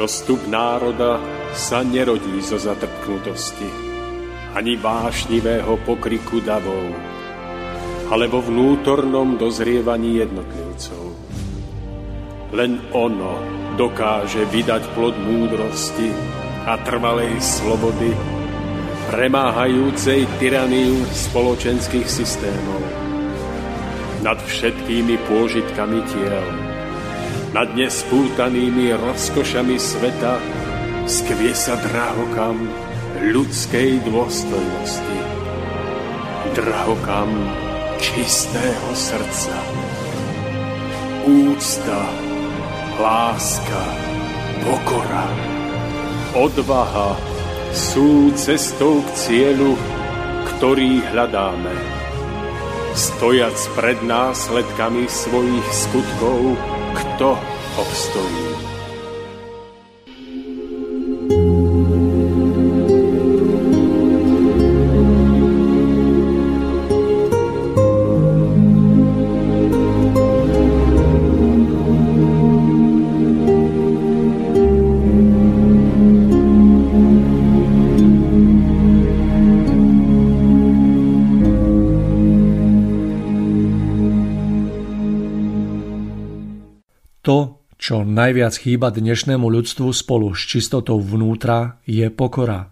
Zostup národa sa nerodí zo zatrpknutosti, ani vášnivého pokriku davov, ale vo vnútornom dozrievaní jednotlivcov. Len ono dokáže vydať plod múdrosti a trvalej slobody, premáhajúcej tyraniu spoločenských systémov. Nad všetkými pôžitkami tiel, nad nespútanými rozkošami sveta skvie sa drahokam ľudskej dôstojnosti. Drahokam čistého srdca. Úcta, láska, pokora, odvaha sú cestou k cieľu, ktorý hľadáme. Stojac pred následkami svojich skutkov, kto obstojí? To, čo najviac chýba dnešnému ľudstvu spolu s čistotou vnútra, je pokora.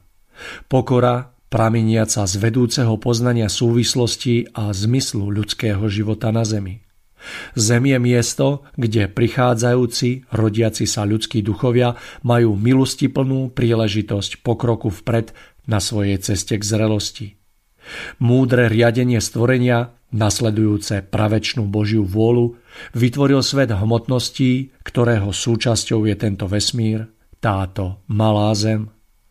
Pokora prameniaca z vedúceho poznania súvislosti a zmyslu ľudského života na zemi. Zem je miesto, kde prichádzajúci, rodiaci sa ľudskí duchovia majú milostiplnú príležitosť pokroku vpred na svojej ceste k zrelosti. Múdre riadenie stvorenia, nasledujúce pravečnú Božiu vôľu, vytvoril svet hmotností, ktorého súčasťou je tento vesmír, táto malá zem.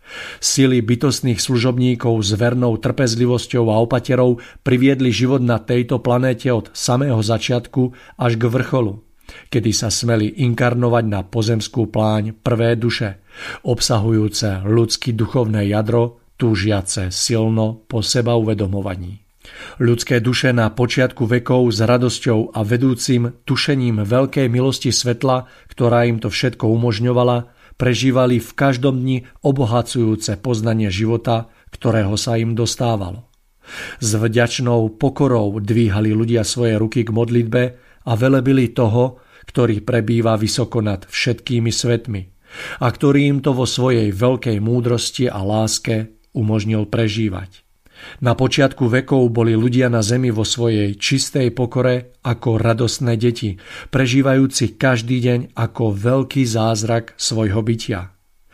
Sily bytostných služobníkov s vernou trpezlivosťou a opaterou priviedli život na tejto planéte od samého začiatku až k vrcholu, kedy sa smeli inkarnovať na pozemskú pláň prvé duše, obsahujúce ľudské duchovné jadro, túžiace silno po seba uvedomovaní. Ľudské duše na počiatku vekov s radosťou a vedúcim tušením veľkej milosti svetla, ktorá im to všetko umožňovala, prežívali v každom dni obohacujúce poznanie života, ktorého sa im dostávalo. S vďačnou pokorou dvíhali ľudia svoje ruky k modlitbe a velebili toho, ktorý prebýva vysoko nad všetkými svetmi a ktorý im to vo svojej veľkej múdrosti a láske umožnil prežívať. Na počiatku vekov boli ľudia na zemi vo svojej čistej pokore ako radostné deti, prežívajúci každý deň ako veľký zázrak svojho bytia.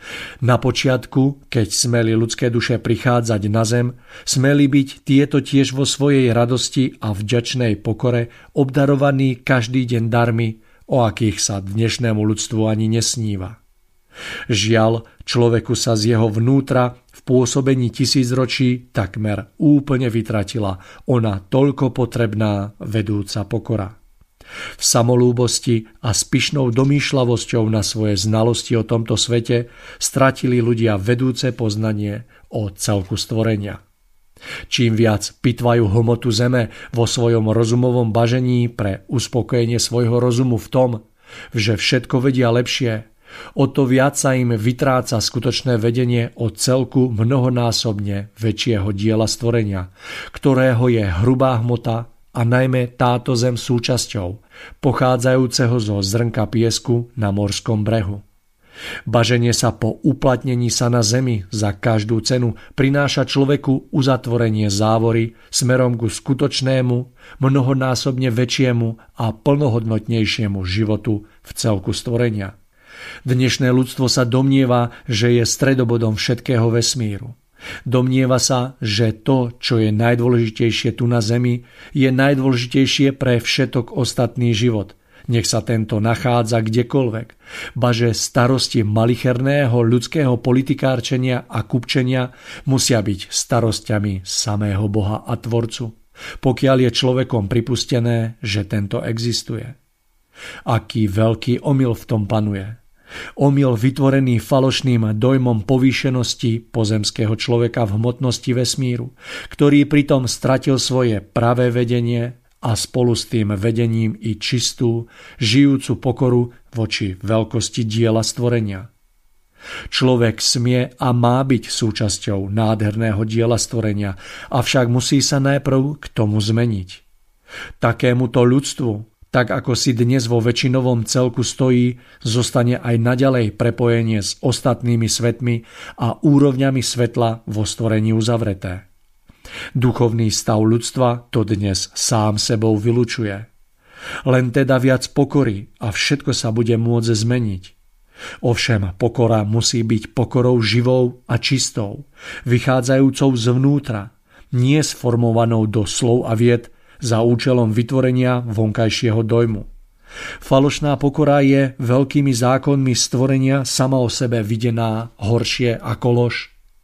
Na počiatku, keď smeli ľudské duše prichádzať na zem, smeli byť tieto tiež vo svojej radosti a vďačnej pokore obdarovaní každý deň darmi, o akých sa dnešnému ľudstvu ani nesníva. Žiaľ, človeku sa z jeho vnútra v pôsobení tisícročí takmer úplne vytratila ona toľko potrebná vedúca pokora. V samolúbosti a s pyšnou domýšľavosťou na svoje znalosti o tomto svete stratili ľudia vedúce poznanie o celku stvorenia. Čím viac pitvajú hmotu zeme vo svojom rozumovom bažení pre uspokojenie svojho rozumu v tom, že všetko vedia lepšie, o to viac sa im vytráca skutočné vedenie o celku mnohonásobne väčšieho diela stvorenia, ktorého je hrubá hmota a najmä táto zem súčasťou, pochádzajúceho zo zrnka piesku na morskom brehu. Baženie sa po uplatnení sa na zemi za každú cenu prináša človeku uzatvorenie závory smerom ku skutočnému, mnohonásobne väčšiemu a plnohodnotnejšiemu životu v celku stvorenia. Dnešné ľudstvo sa domnieva, že je stredobodom všetkého vesmíru. Domnieva sa, že to, čo je najdôležitejšie tu na Zemi, je najdôležitejšie pre všetok ostatný život. Nech sa tento nachádza kdekoľvek. Baže starosti malicherného ľudského politikárčenia a kupčenia musia byť starosťami samého Boha a Tvorcu, pokiaľ je človekom pripustené, že tento existuje. Aký veľký omyl v tom panuje. Omyl vytvorený falošným dojmom povýšenosti pozemského človeka v hmotnosti vesmíru, ktorý pritom stratil svoje pravé vedenie a spolu s tým vedením i čistú, žijúcu pokoru voči veľkosti diela stvorenia. Človek smie a má byť súčasťou nádherného diela stvorenia, avšak musí sa najprv k tomu zmeniť. Takémuto ľudstvu, tak ako si dnes vo väčšinovom celku stojí, zostane aj naďalej prepojenie s ostatnými svetmi a úrovňami svetla vo stvorení uzavreté. Duchovný stav ľudstva to dnes sám sebou vylučuje. Len teda viac pokory a všetko sa bude môcť zmeniť. Ovšem, pokora musí byť pokorou živou a čistou, vychádzajúcou zvnútra, nie sformovanou do slov a vied za účelom vytvorenia vonkajšieho dojmu. Falošná pokora je veľkými zákonmi stvorenia sama o sebe videná horšie ako lož.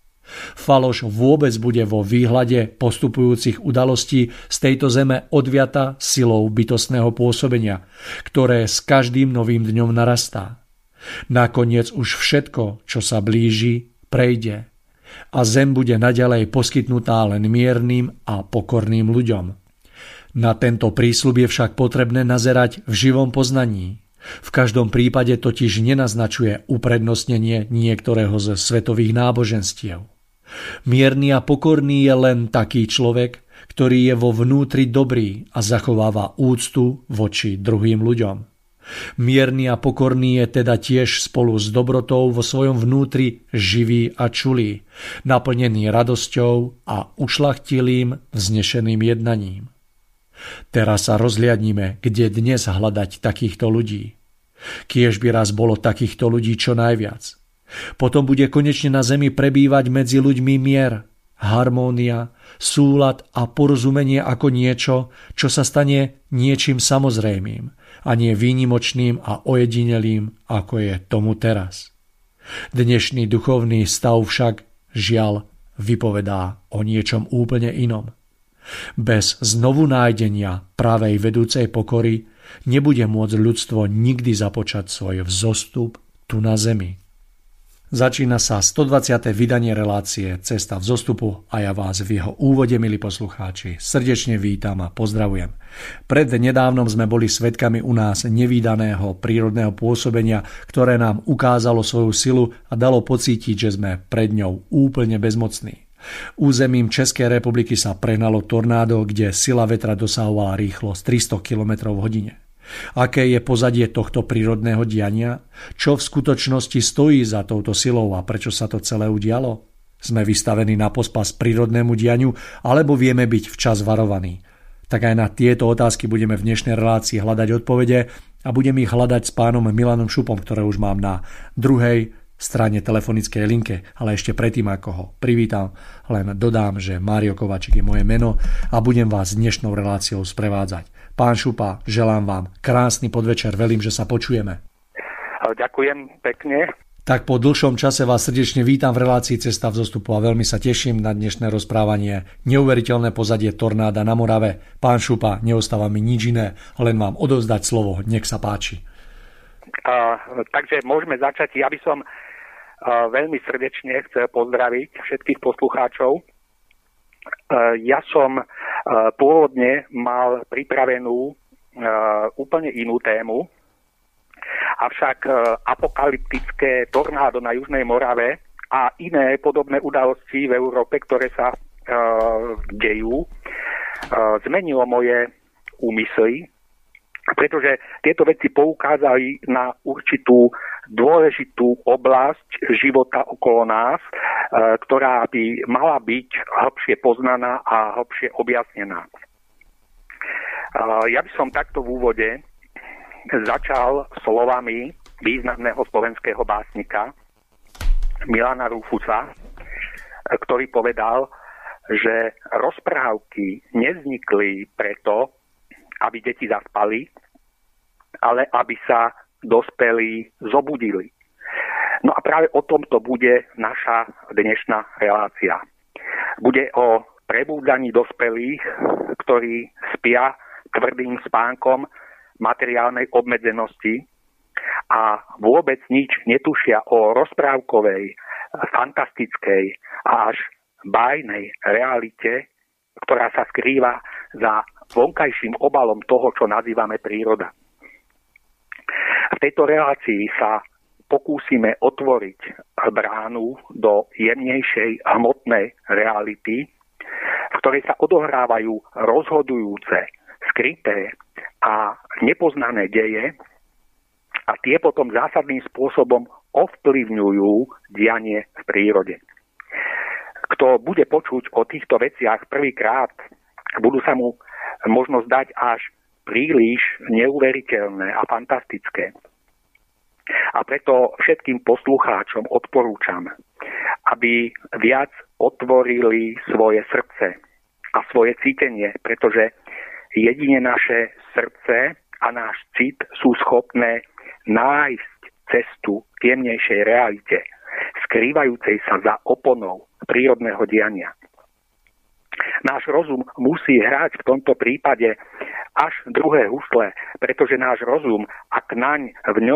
Faloš vôbec bude vo výhľade postupujúcich udalostí z tejto zeme odviata silou bytostného pôsobenia, ktoré s každým novým dňom narastá. Nakoniec už všetko, čo sa blíži, prejde a zem bude naďalej poskytnutá len miernym a pokorným ľuďom. Na tento prísľub je však potrebné nazerať v živom poznaní. V každom prípade totiž nenaznačuje uprednostnenie niektorého z svetových náboženstiev. Mierny a pokorný je len taký človek, ktorý je vo vnútri dobrý a zachováva úctu voči druhým ľuďom. Mierny a pokorný je teda tiež spolu s dobrotou vo svojom vnútri živý a čulý, naplnený radosťou a ušľachtilým vznešeným jednaním. Teraz sa rozhliadnime, kde dnes hľadať takýchto ľudí. Kiež by raz bolo takýchto ľudí čo najviac. Potom bude konečne na zemi prebývať medzi ľuďmi mier, harmónia, súlad a porozumenie ako niečo, čo sa stane niečím samozrejmým a nie výnimočným a ojedinelým, ako je tomu teraz. Dnešný duchovný stav však, žiaľ, vypovedá o niečom úplne inom. Bez znovu nájdenia pravej vedúcej pokory nebude môcť ľudstvo nikdy započať svoj vzostup tu na zemi. Začína sa 120. vydanie relácie Cesta vzostupu a ja vás v jeho úvode, milí poslucháči, srdečne vítam a pozdravujem. Pred nedávnom sme boli svedkami u nás nevídaného prírodného pôsobenia, ktoré nám ukázalo svoju silu a dalo pocítiť, že sme pred ňou úplne bezmocní. Územím Českej republiky sa prehnalo tornádo, kde sila vetra dosahovala rýchlosť 300 km v hodine. Aké je pozadie tohto prírodného diania? Čo v skutočnosti stojí za touto silou a prečo sa to celé udialo? Sme vystavení na pospas prírodnému dianiu alebo vieme byť včas varovaní? Tak aj na tieto otázky budeme v dnešnej relácii hľadať odpovede a budem ich hľadať s pánom Milanom Šupom, ktoré už mám na druhej strane telefonickej linke, ale ešte predtým, ako ho privítam, len dodám, že Mário Kováčik je moje meno a budem vás dnešnou reláciou sprevádzať. Pán Šupa, želám vám krásny podvečer, velím, že sa počujeme. Ďakujem pekne. Tak po dlhšom čase vás srdečne vítam v relácii Cesta vzostupu a veľmi sa teším na dnešné rozprávanie. Neuveriteľné pozadie tornáda na Morave. Pán Šupa, neostáva mi nič iné, len vám odovzdať slovo. Nech sa páči. Takže môžeme začať. Ja by som veľmi srdečne chcel pozdraviť všetkých poslucháčov. Ja som pôvodne mal pripravenú úplne inú tému, avšak apokalyptické tornádo na Južnej Morave a iné podobné udalosti v Európe, ktoré sa dejú, zmenilo moje úmysly, pretože tieto veci poukázali na určitú dôležitú oblasť života okolo nás, ktorá by mala byť hlbšie poznaná a hlbšie objasnená. Ja by som takto v úvode začal slovami významného slovenského básnika Milana Rúfusa, ktorý povedal, že rozprávky nevznikli preto, aby deti zaspali, ale aby sa dospelí zobudili. No a práve o tomto bude naša dnešná relácia. Bude o prebúdaní dospelých, ktorí spia tvrdým spánkom materiálnej obmedzenosti a vôbec nič netušia o rozprávkovej, fantastickej a až bájnej realite, ktorá sa skrýva za vonkajším obalom toho, čo nazývame príroda. V tejto relácii sa pokúsime otvoriť bránu do jemnejšej hmotnej reality, v ktorej sa odohrávajú rozhodujúce, skryté a nepoznané deje a tie potom zásadným spôsobom ovplyvňujú dianie v prírode. Kto bude počuť o týchto veciach prvýkrát, budú sa mu možno zdať až príliš neuveriteľné a fantastické. A preto všetkým poslucháčom odporúčam, aby viac otvorili svoje srdce a svoje cítenie, pretože jedine naše srdce a náš cit sú schopné nájsť cestu k jemnejšej realite, skrývajúcej sa za oponou prírodného diania. Náš rozum musí hrať v tomto prípade až druhé husle, pretože náš rozum, ak naň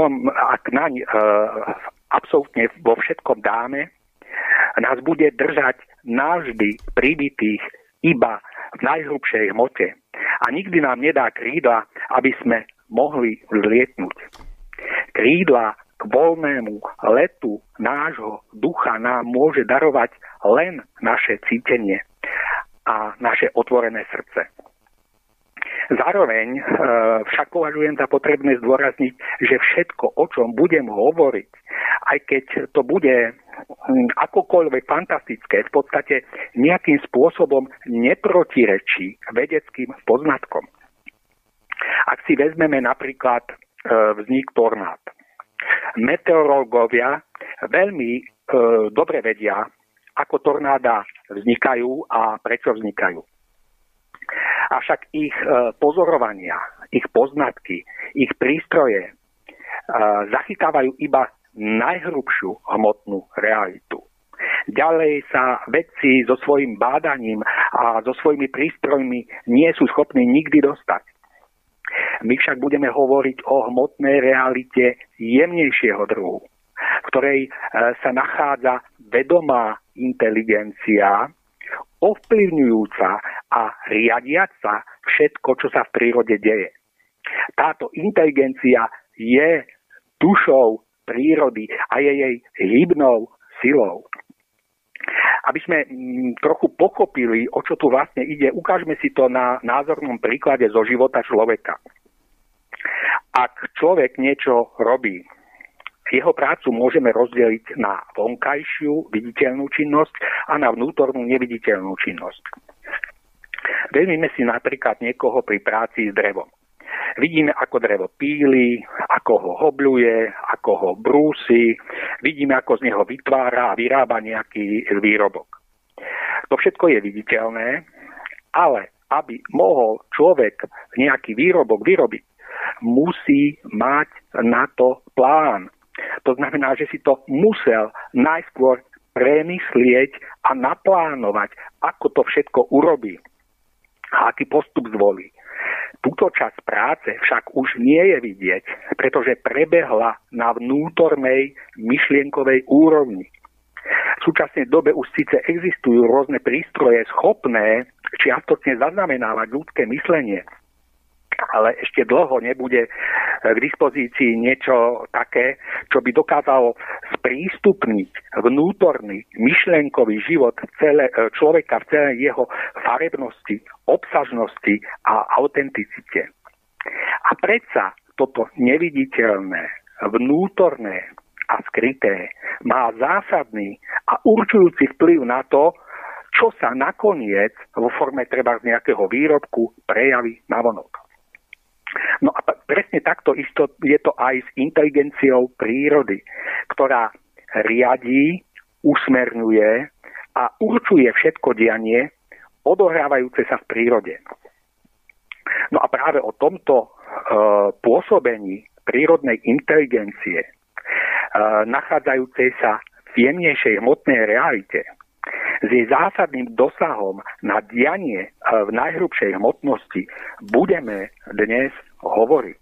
absolútne vo všetkom dáme, nás bude držať navždy pribitých iba v najhrubšej hmote a nikdy nám nedá krídla, aby sme mohli vzlietnúť. Krídla k voľnému letu nášho ducha nám môže darovať len naše cítenie a naše otvorené srdce. Zároveň však považujem za potrebné zdôrazniť, že všetko, o čom budem hovoriť, aj keď to bude akokoľvek fantastické, v podstate nejakým spôsobom neprotirečí vedeckým poznatkom. Ak si vezmeme napríklad vznik tornád. Meteorológovia veľmi dobre vedia, ako tornáda vznikajú a prečo vznikajú. Avšak ich pozorovania, ich poznatky, ich prístroje zachytávajú iba najhrubšiu hmotnú realitu. Ďalej sa vedci so svojím bádaním a so svojimi prístrojmi nie sú schopní nikdy dostať. My však budeme hovoriť o hmotnej realite jemnejšieho druhu, v ktorej sa nachádza vedomá inteligencia, ovplyvňujúca a riadiaca všetko, čo sa v prírode deje. Táto inteligencia je dušou prírody a je jej hybnou silou. Aby sme trochu pochopili, o čo tu vlastne ide, ukážme si to na názornom príklade zo života človeka. Ak človek niečo robí, jeho prácu môžeme rozdeliť na vonkajšiu viditeľnú činnosť a na vnútornú neviditeľnú činnosť. Vezmime si napríklad niekoho pri práci s drevom. Vidíme, ako drevo píli, ako ho hobľuje, ako ho brúsi, vidíme, ako z neho vytvára a vyrába nejaký výrobok. To všetko je viditeľné, ale aby mohol človek nejaký výrobok vyrobiť, musí mať na to plán. To znamená, že si to musel najskôr premyslieť a naplánovať, ako to všetko urobí a aký postup zvolí. Túto časť práce však už nie je vidieť, pretože prebehla na vnútornej myšlienkovej úrovni. V súčasnej dobe už síce existujú rôzne prístroje schopné čiastočne zaznamenávať ľudské myslenie, ale ešte dlho nebude k dispozícii niečo také, čo by dokázalo sprístupniť vnútorný myšlienkový život človeka v celej jeho farebnosti, obsažnosti a autenticite. A predsa toto neviditeľné, vnútorné a skryté má zásadný a určujúci vplyv na to, čo sa nakoniec vo forme treba z nejakého výrobku prejaví navonok. No a presne takto isto je to aj s inteligenciou prírody, ktorá riadí, usmerňuje a určuje všetko dianie odohrávajúce sa v prírode. No a práve o tomto pôsobení prírodnej inteligencie, nachádzajúcej sa v jemnejšej hmotnej realite, s jej zásadným dosahom na dianie v najhrubšej hmotnosti budeme dnes hovoriť.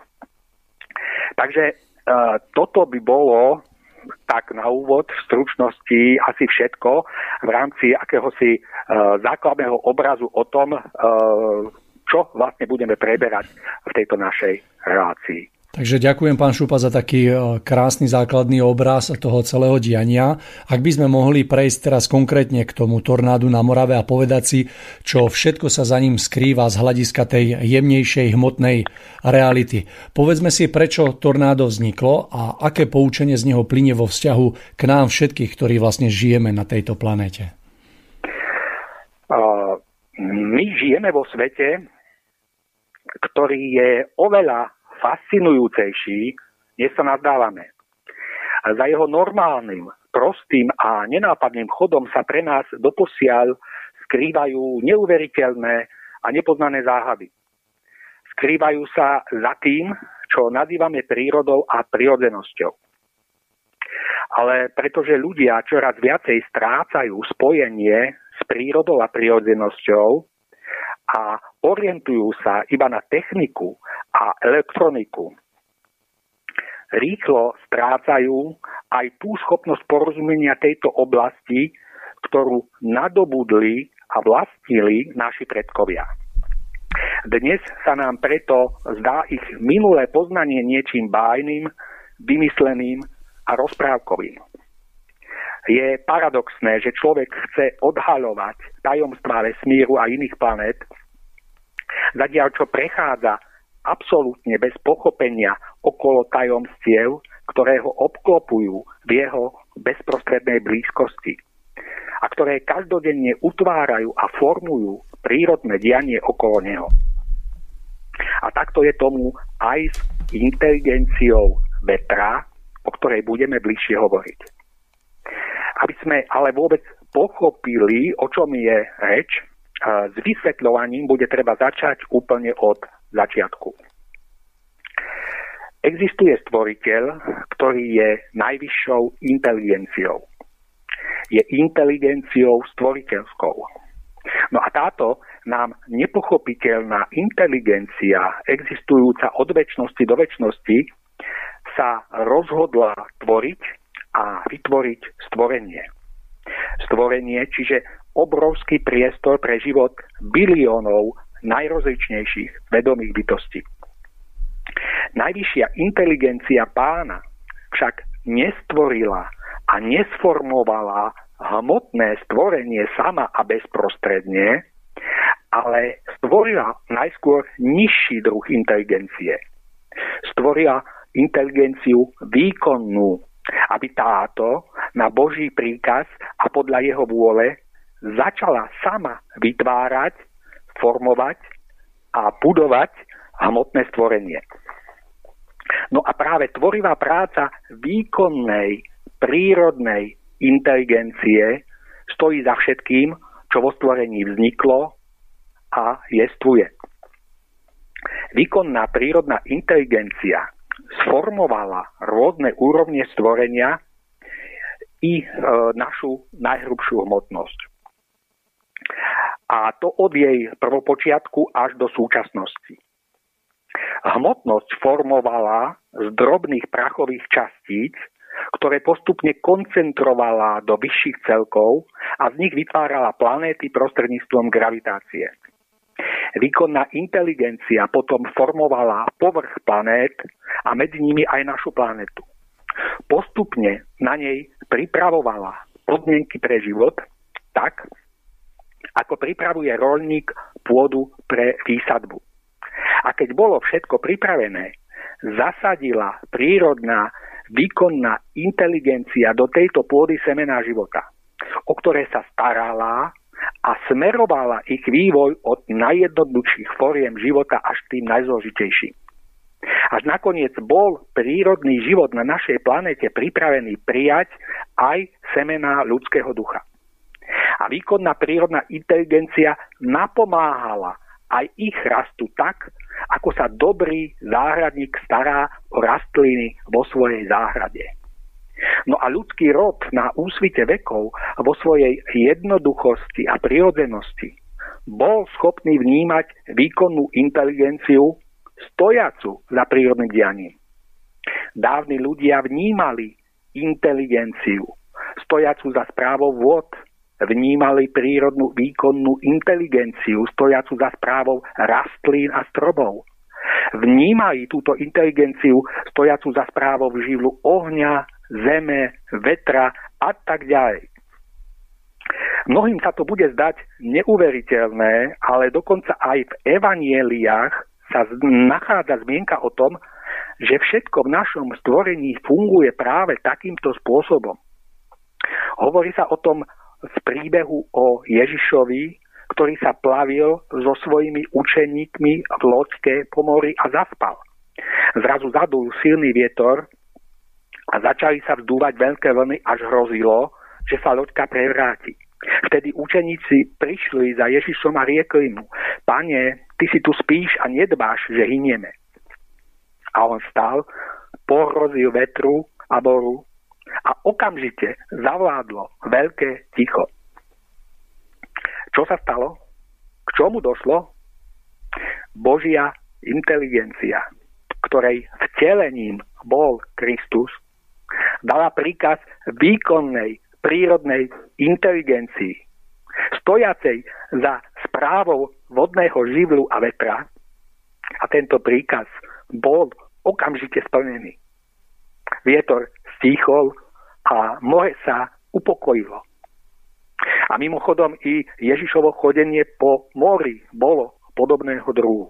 Takže toto by bolo tak na úvod v stručnosti asi všetko v rámci akéhosi základného obrazu o tom, čo vlastne budeme preberať v tejto našej relácii. Takže ďakujem, pán Šupa, za taký krásny základný obraz toho celého diania. Ak by sme mohli prejsť teraz konkrétne k tomu tornádu na Morave a povedať si, čo všetko sa za ním skrýva z hľadiska tej jemnejšej hmotnej reality. Povedzme si, prečo tornádo vzniklo a aké poučenie z neho plynie vo vzťahu k nám všetkých, ktorí vlastne žijeme na tejto planéte. My žijeme vo svete, ktorý je oveľa fascinujúcejší, než sa nazdávame. Za jeho normálnym, prostým a nenápadným chodom sa pre nás doposiaľ skrývajú neuveriteľné a nepoznané záhady. Skrývajú sa za tým, čo nazývame prírodou a prirodzenosťou. Ale pretože ľudia čoraz viacej strácajú spojenie s prírodou a prirodzenosťou a orientujú sa iba na techniku a elektroniku, rýchlo strácajú aj tú schopnosť porozumenia tejto oblasti, ktorú nadobudli a vlastnili naši predkovia. Dnes sa nám preto zdá ich minulé poznanie niečím bájnym, vymysleným a rozprávkovým. Je paradoxné, že človek chce odhaľovať tajomstvá vesmíru a iných planét, zatiaľ čo prechádza absolútne bez pochopenia okolo tajomstiev, ktoré ho obklopujú v jeho bezprostrednej blízkosti a ktoré každodenne utvárajú a formujú prírodné dianie okolo neho. A takto je tomu aj s inteligenciou vetra, o ktorej budeme bližšie hovoriť. Aby sme ale vôbec pochopili, o čom je reč, s vysvetľovaním bude treba začať úplne od začiatku. Existuje stvoriteľ, ktorý je najvyššou inteligenciou. Je inteligenciou stvoriteľskou. No a táto nám nepochopiteľná inteligencia, existujúca od večnosti do večnosti, sa rozhodla tvoriť a vytvoriť stvorenie. Stvorenie, čiže obrovský priestor pre život biliónov najrozličnejších vedomých bytostí. Najvyššia inteligencia Pána však nestvorila a nesformovala hmotné stvorenie sama a bezprostredne, ale stvorila najskôr nižší druh inteligencie. Stvorila inteligenciu výkonnú, aby táto na Boží príkaz a podľa jeho vôle začala sama vytvárať, formovať a budovať hmotné stvorenie. No a práve tvorivá práca výkonnej, prírodnej inteligencie stojí za všetkým, čo vo stvorení vzniklo a jestvuje. Výkonná prírodná inteligencia sformovala rôzne úrovne stvorenia i našu najhrubšiu hmotnosť. A to od jej prvopočiatku až do súčasnosti. Hmotnosť formovala z drobných prachových častíc, ktoré postupne koncentrovala do vyšších celkov a z nich vytvárala planéty prostredníctvom gravitácie. Výkonná inteligencia potom formovala povrch planét a medzi nimi aj našu planetu. Postupne na nej pripravovala podmienky pre život tak, ako pripravuje roľník pôdu pre výsadbu. A keď bolo všetko pripravené, zasadila prírodná výkonná inteligencia do tejto pôdy semená života, o ktoré sa starala a smerovala ich vývoj od najjednoduchších foriem života až k tým najzložitejším. Až nakoniec bol prírodný život na našej planete pripravený prijať aj semená ľudského ducha. A výkonná prírodná inteligencia napomáhala aj ich rastu tak, ako sa dobrý záhradník stará o rastliny vo svojej záhrade. No a ľudský rod na úsvite vekov vo svojej jednoduchosti a prirodzenosti bol schopný vnímať výkonnú inteligenciu stojacu za prírodným dianím. Dávni ľudia vnímali inteligenciu stojacu za správou vôd, vnímali prírodnú výkonnú inteligenciu stojacu za správou rastlín a stromov. vnímali túto inteligenciu stojacu za správou živlu ohňa, zeme, vetra a tak ďalej. Mnohým sa to bude zdať neuveriteľné, ale dokonca aj v evanjeliách sa nachádza zmienka o tom, že všetko v našom stvorení funguje práve takýmto spôsobom. Hovorí sa o tom v príbehu o Ježišovi, ktorý sa plavil so svojimi učeníkmi v loďke po mori a zaspal. Zrazu zadul silný vietor a začali sa vzdúvať veľké vlny, až hrozilo, že sa loďka prevráti. Vtedy učeníci prišli za Ježišom a riekli mu: Pane, ty si tu spíš a nedbáš, že hynieme. A on vstal, pohrozil vetru a boru a okamžite zavládlo veľké ticho. Čo sa stalo? K čomu došlo? Božia inteligencia, ktorej vtelením bol Kristus, dala príkaz výkonnej prírodnej inteligencii, stojacej za správou vodného živlu a vetra, a tento príkaz bol okamžite splnený. Vietor stíchol a more sa upokojilo. A mimochodom i Ježišovo chodenie po mori bolo podobného druhu.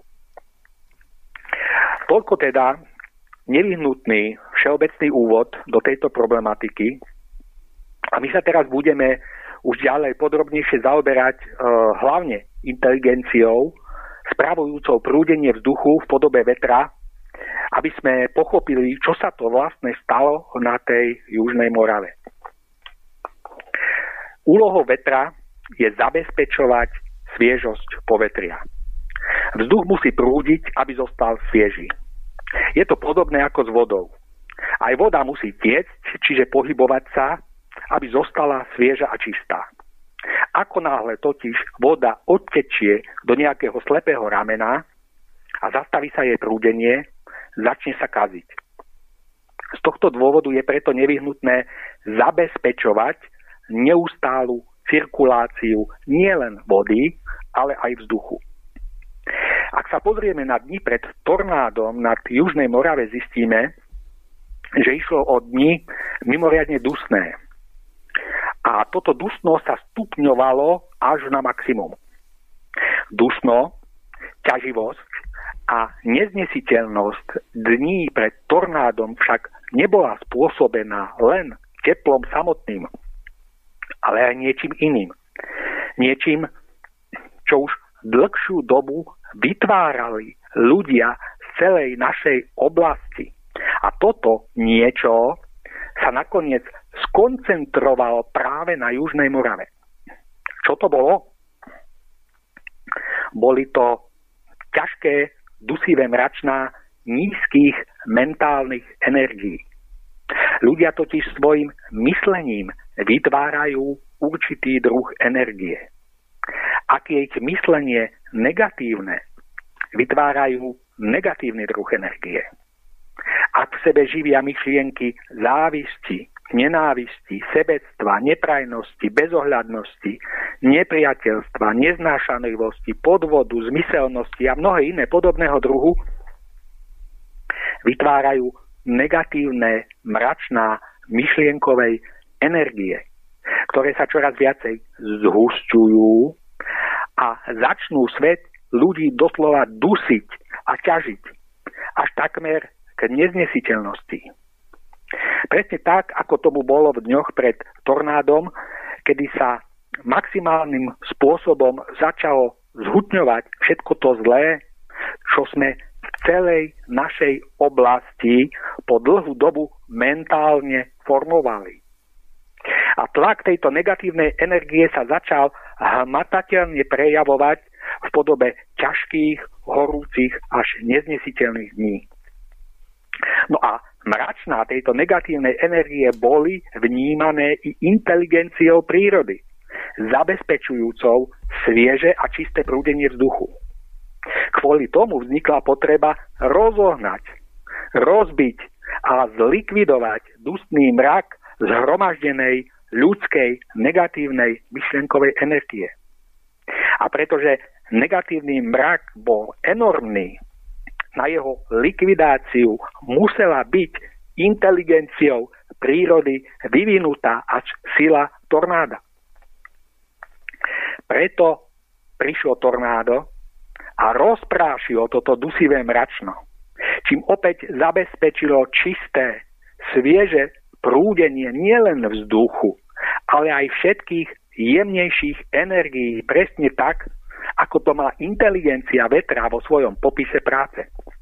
Toľko teda nevyhnutný všeobecný úvod do tejto problematiky. A my sa teraz budeme už ďalej podrobnejšie zaoberať hlavne inteligenciou, spravujúcou prúdenie vzduchu v podobe vetra, aby sme pochopili, čo sa to vlastne stalo na tej Južnej Morave. Úlohou vetra je zabezpečovať sviežosť povetria. Vzduch musí prúdiť, aby zostal svieži. Je to podobné ako s vodou. Aj voda musí tiecť, čiže pohybovať sa, aby zostala svieža a čistá. Ako náhle totiž voda odtečie do nejakého slepého ramena a zastaví sa jej prúdenie, začne sa kaziť. Z tohto dôvodu je preto nevyhnutné zabezpečovať neustálu cirkuláciu nielen vody, ale aj vzduchu. Ak sa pozrieme na dni pred tornádom nad Južnej Morave, zistíme, že išlo o dni mimoriadne dusné. A toto dusno sa stupňovalo až na maximum. Dusno, ťaživosť a neznesiteľnosť dní pred tornádom však nebola spôsobená len teplom samotným, ale aj niečím iným. Niečím, čo už dlhšiu dobu vytvárali ľudia z celej našej oblasti. A toto niečo sa nakoniec skoncentrovalo práve na Južnej Morave. Čo to bolo? Boli to ťažké, dusivé mračná nízkych mentálnych energií. Ľudia totiž svojim myslením vytvárajú určitý druh energie. Ak je ich myslenie negatívne, vytvárajú negatívny druh energie. Ak v sebe živia myšlienky závisti, nenávisti, sebectva, neprajnosti, bezohľadnosti, nepriateľstva, neznášanlivosti, podvodu, zmyselnosti a mnohé iné podobného druhu, vytvárajú negatívne mračná myšlienkovej energie, ktoré sa čoraz viacej zhusťujú a začnú svet ľudí doslova dusiť a ťažiť až takmer k neznesiteľnosti. Presne tak, ako tomu bolo v dňoch pred tornádom, kedy sa maximálnym spôsobom začalo zhutňovať všetko to zlé, čo sme v celej našej oblasti po dlhú dobu mentálne formovali. A tlak tejto negatívnej energie sa začal hmatateľne prejavovať v podobe ťažkých, horúcich až neznesiteľných dní. No a mračná tejto negatívnej energie boli vnímané i inteligenciou prírody, zabezpečujúcou svieže a čisté prúdenie vzduchu. Kvôli tomu vznikla potreba rozohnať, rozbiť a zlikvidovať dusný mrak zhromaždenej ľudskej negatívnej myšlienkovej energie. A pretože negatívny mrak bol enormný, na jeho likvidáciu musela byť inteligenciou prírody vyvinutá až sila tornáda. Preto prišlo tornádo a rozprášilo toto dusivé mračno, čím opäť zabezpečilo čisté, svieže prúdenie nielen vzduchu, ale aj všetkých jemnejších energií, presne tak, ako to má inteligencia vetra vo svojom popise práce.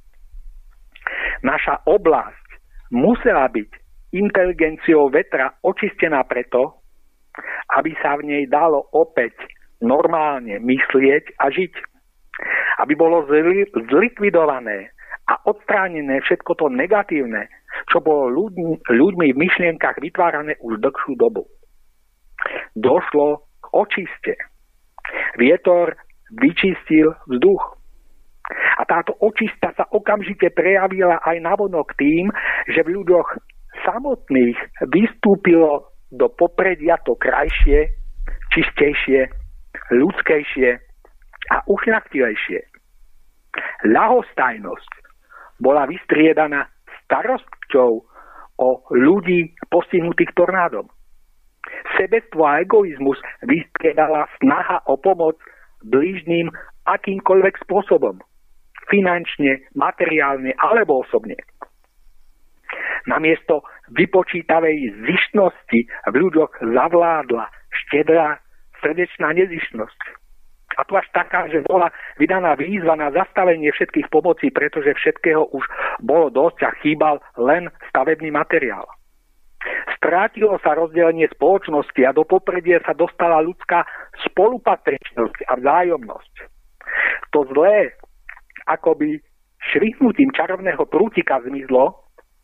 Naša oblasť musela byť inteligenciou vetra očistená preto, aby sa v nej dalo opäť normálne myslieť a žiť. Aby bolo zlikvidované a odstránené všetko to negatívne, čo bolo ľuďmi v myšlienkach vytvárané už dlhšiu dobu. Došlo k očiste. Vietor vyčistil vzduch. A táto očista sa okamžite prejavila aj navonok tým, že v ľuďoch samotných vystúpilo do popredia to krajšie, čistejšie, ľudskejšie a ušľachtilejšie. Ľahostajnosť bola vystriedaná starosťou o ľudí postihnutých tornádom. Sebectvo a egoizmus vystriedala snaha o pomoc blížnym akýmkoľvek spôsobom. Finančne, materiálne alebo osobne. Namiesto vypočítavej zištnosti v ľuďoch zavládla štedrá srdečná nezištnosť. A to až taká, že bola vydaná výzva na zastavenie všetkých pomocí, pretože všetkého už bolo dosť a chýbal len stavebný materiál. Strátilo sa rozdelenie spoločnosti a do popredia sa dostala ľudská spolupatričnosť a vzájomnosť. To zlé akoby švihnutím čarovného prútika zmizlo,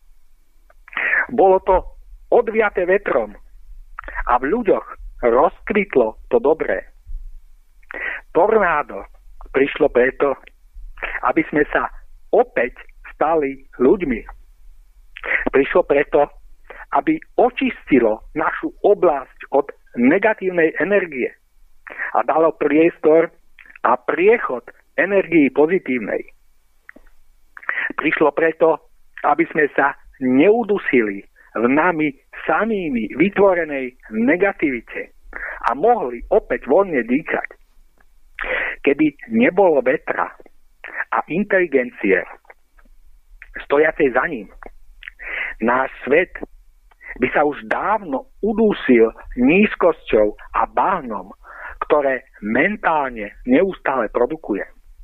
bolo to odviaté vetrom a v ľuďoch rozkvitlo to dobré. Tornádo prišlo preto, aby sme sa opäť stali ľuďmi. Prišlo preto, aby očistilo našu oblasť od negatívnej energie a dalo priestor a priechod energii pozitívnej. Prišlo preto, aby sme sa neudusili v nami samými vytvorenej negativite a mohli opäť voľne dýchať. Keby nebolo vetra a inteligencie stojacej za ním, náš svet by sa už dávno udúsil nízkosťou a bahnom, ktoré mentálne neustále produkuje.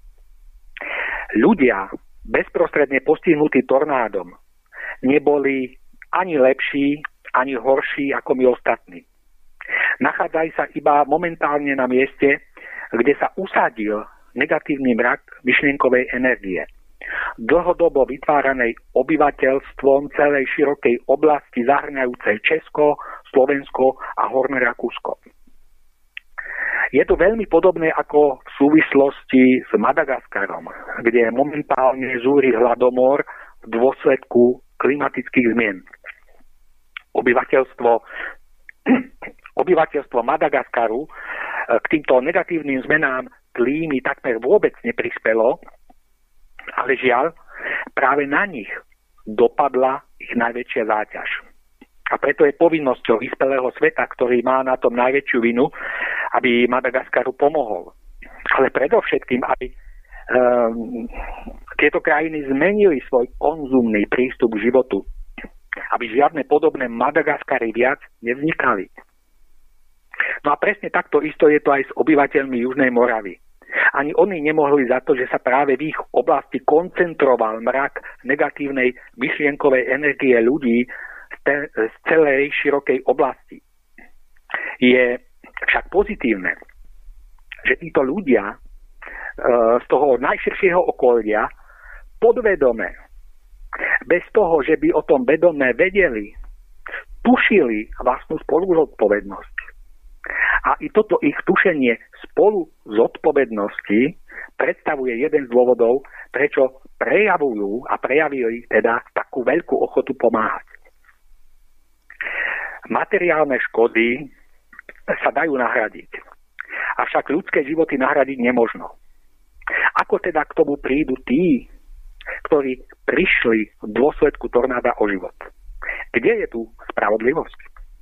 Ľudia bezprostredne postihnutí tornádom neboli ani lepší, ani horší ako my ostatní. Nachádzajú sa iba momentálne na mieste, kde sa usadil negatívny mrak myšlienkovej energie, dlhodobo vytváranej obyvateľstvom celej širokej oblasti zahrňajúcej Česko, Slovensko a Horné Rakúsko. Je to veľmi podobné ako v súvislosti s Madagaskarom, kde momentálne zúri hladomor v dôsledku klimatických zmien. Obyvateľstvo Madagaskaru k týmto negatívnym zmenám klímy takmer vôbec neprispelo, ale žiaľ, práve na nich dopadla ich najväčšia záťaž. A preto je povinnosťou vyspelého sveta, ktorý má na tom najväčšiu vinu, aby Madagaskaru pomohol. Ale predovšetkým, aby tieto krajiny zmenili svoj konzumný prístup k životu. Aby žiadne podobné Madagaskary viac nevznikali. No a presne takto isto je to aj s obyvateľmi Južnej Moravy. Ani oni nemohli za to, že sa práve v ich oblasti koncentroval mrak negatívnej myšlienkovej energie ľudí z celej širokej oblasti. Je však pozitívne, že títo ľudia z toho najširšieho okolia podvedome, bez toho, že by o tom vedomé vedeli, tušili vlastnú spoluzodpovednosť. A i toto ich tušenie spolu zodpovednosti predstavuje jeden z dôvodov, prečo prejavujú a prejavili teda takú veľkú ochotu pomáhať. Materiálne škody sa dajú nahradiť. Avšak ľudské životy nahradiť nemožno. Ako teda k tomu prídu tí, ktorí prišli v dôsledku tornáda o život. Kde je tu spravodlivosť?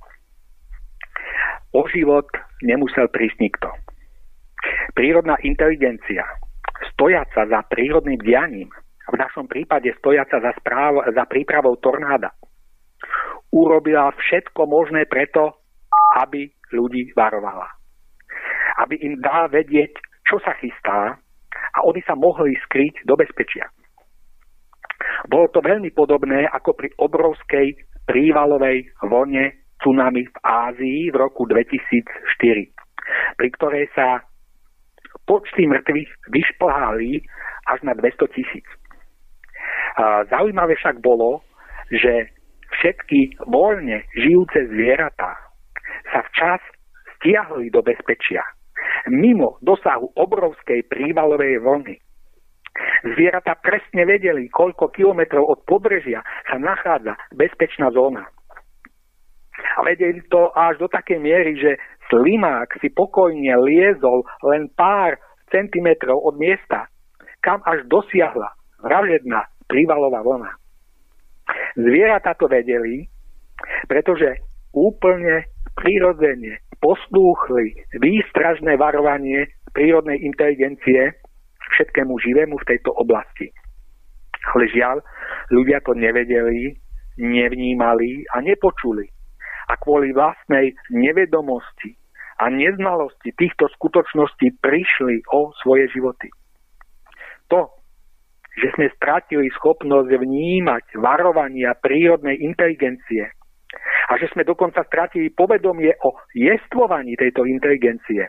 O život nemusel prísť nikto. Prírodná inteligencia, stojaca za prírodným dianím, v našom prípade stojaca za prípravou tornáda, urobila všetko možné preto, aby ľudí varovala. Aby im dala vedieť, čo sa chystá, a oni sa mohli skryť do bezpečia. Bolo to veľmi podobné ako pri obrovskej prívalovej vlne tsunami v Ázii v roku 2004, pri ktorej sa počty mŕtvych vyšplhali až na 200 000. Zaujímavé však bolo, že všetky voľne žijúce zvieratá sa včas stiahli do bezpečia, mimo dosahu obrovskej prívalovej vlny. Zvieratá presne vedeli, koľko kilometrov od pobrežia sa nachádza bezpečná zóna. A vedeli to až do takej miery, že slimák si pokojne liezol len pár centimetrov od miesta, kam až dosiahla vražedná prívalová vlna. Zvieratá to vedeli, pretože úplne prirodzene poslúchli výstražné varovanie prírodnej inteligencie všetkému živému v tejto oblasti. Ale žiaľ, ľudia to nevedeli, nevnímali a nepočuli. A kvôli vlastnej nevedomosti a neznalosti týchto skutočností prišli o svoje životy. To, že sme stratili schopnosť vnímať varovania prírodnej inteligencie a že sme dokonca stratili povedomie o jestvovaní tejto inteligencie.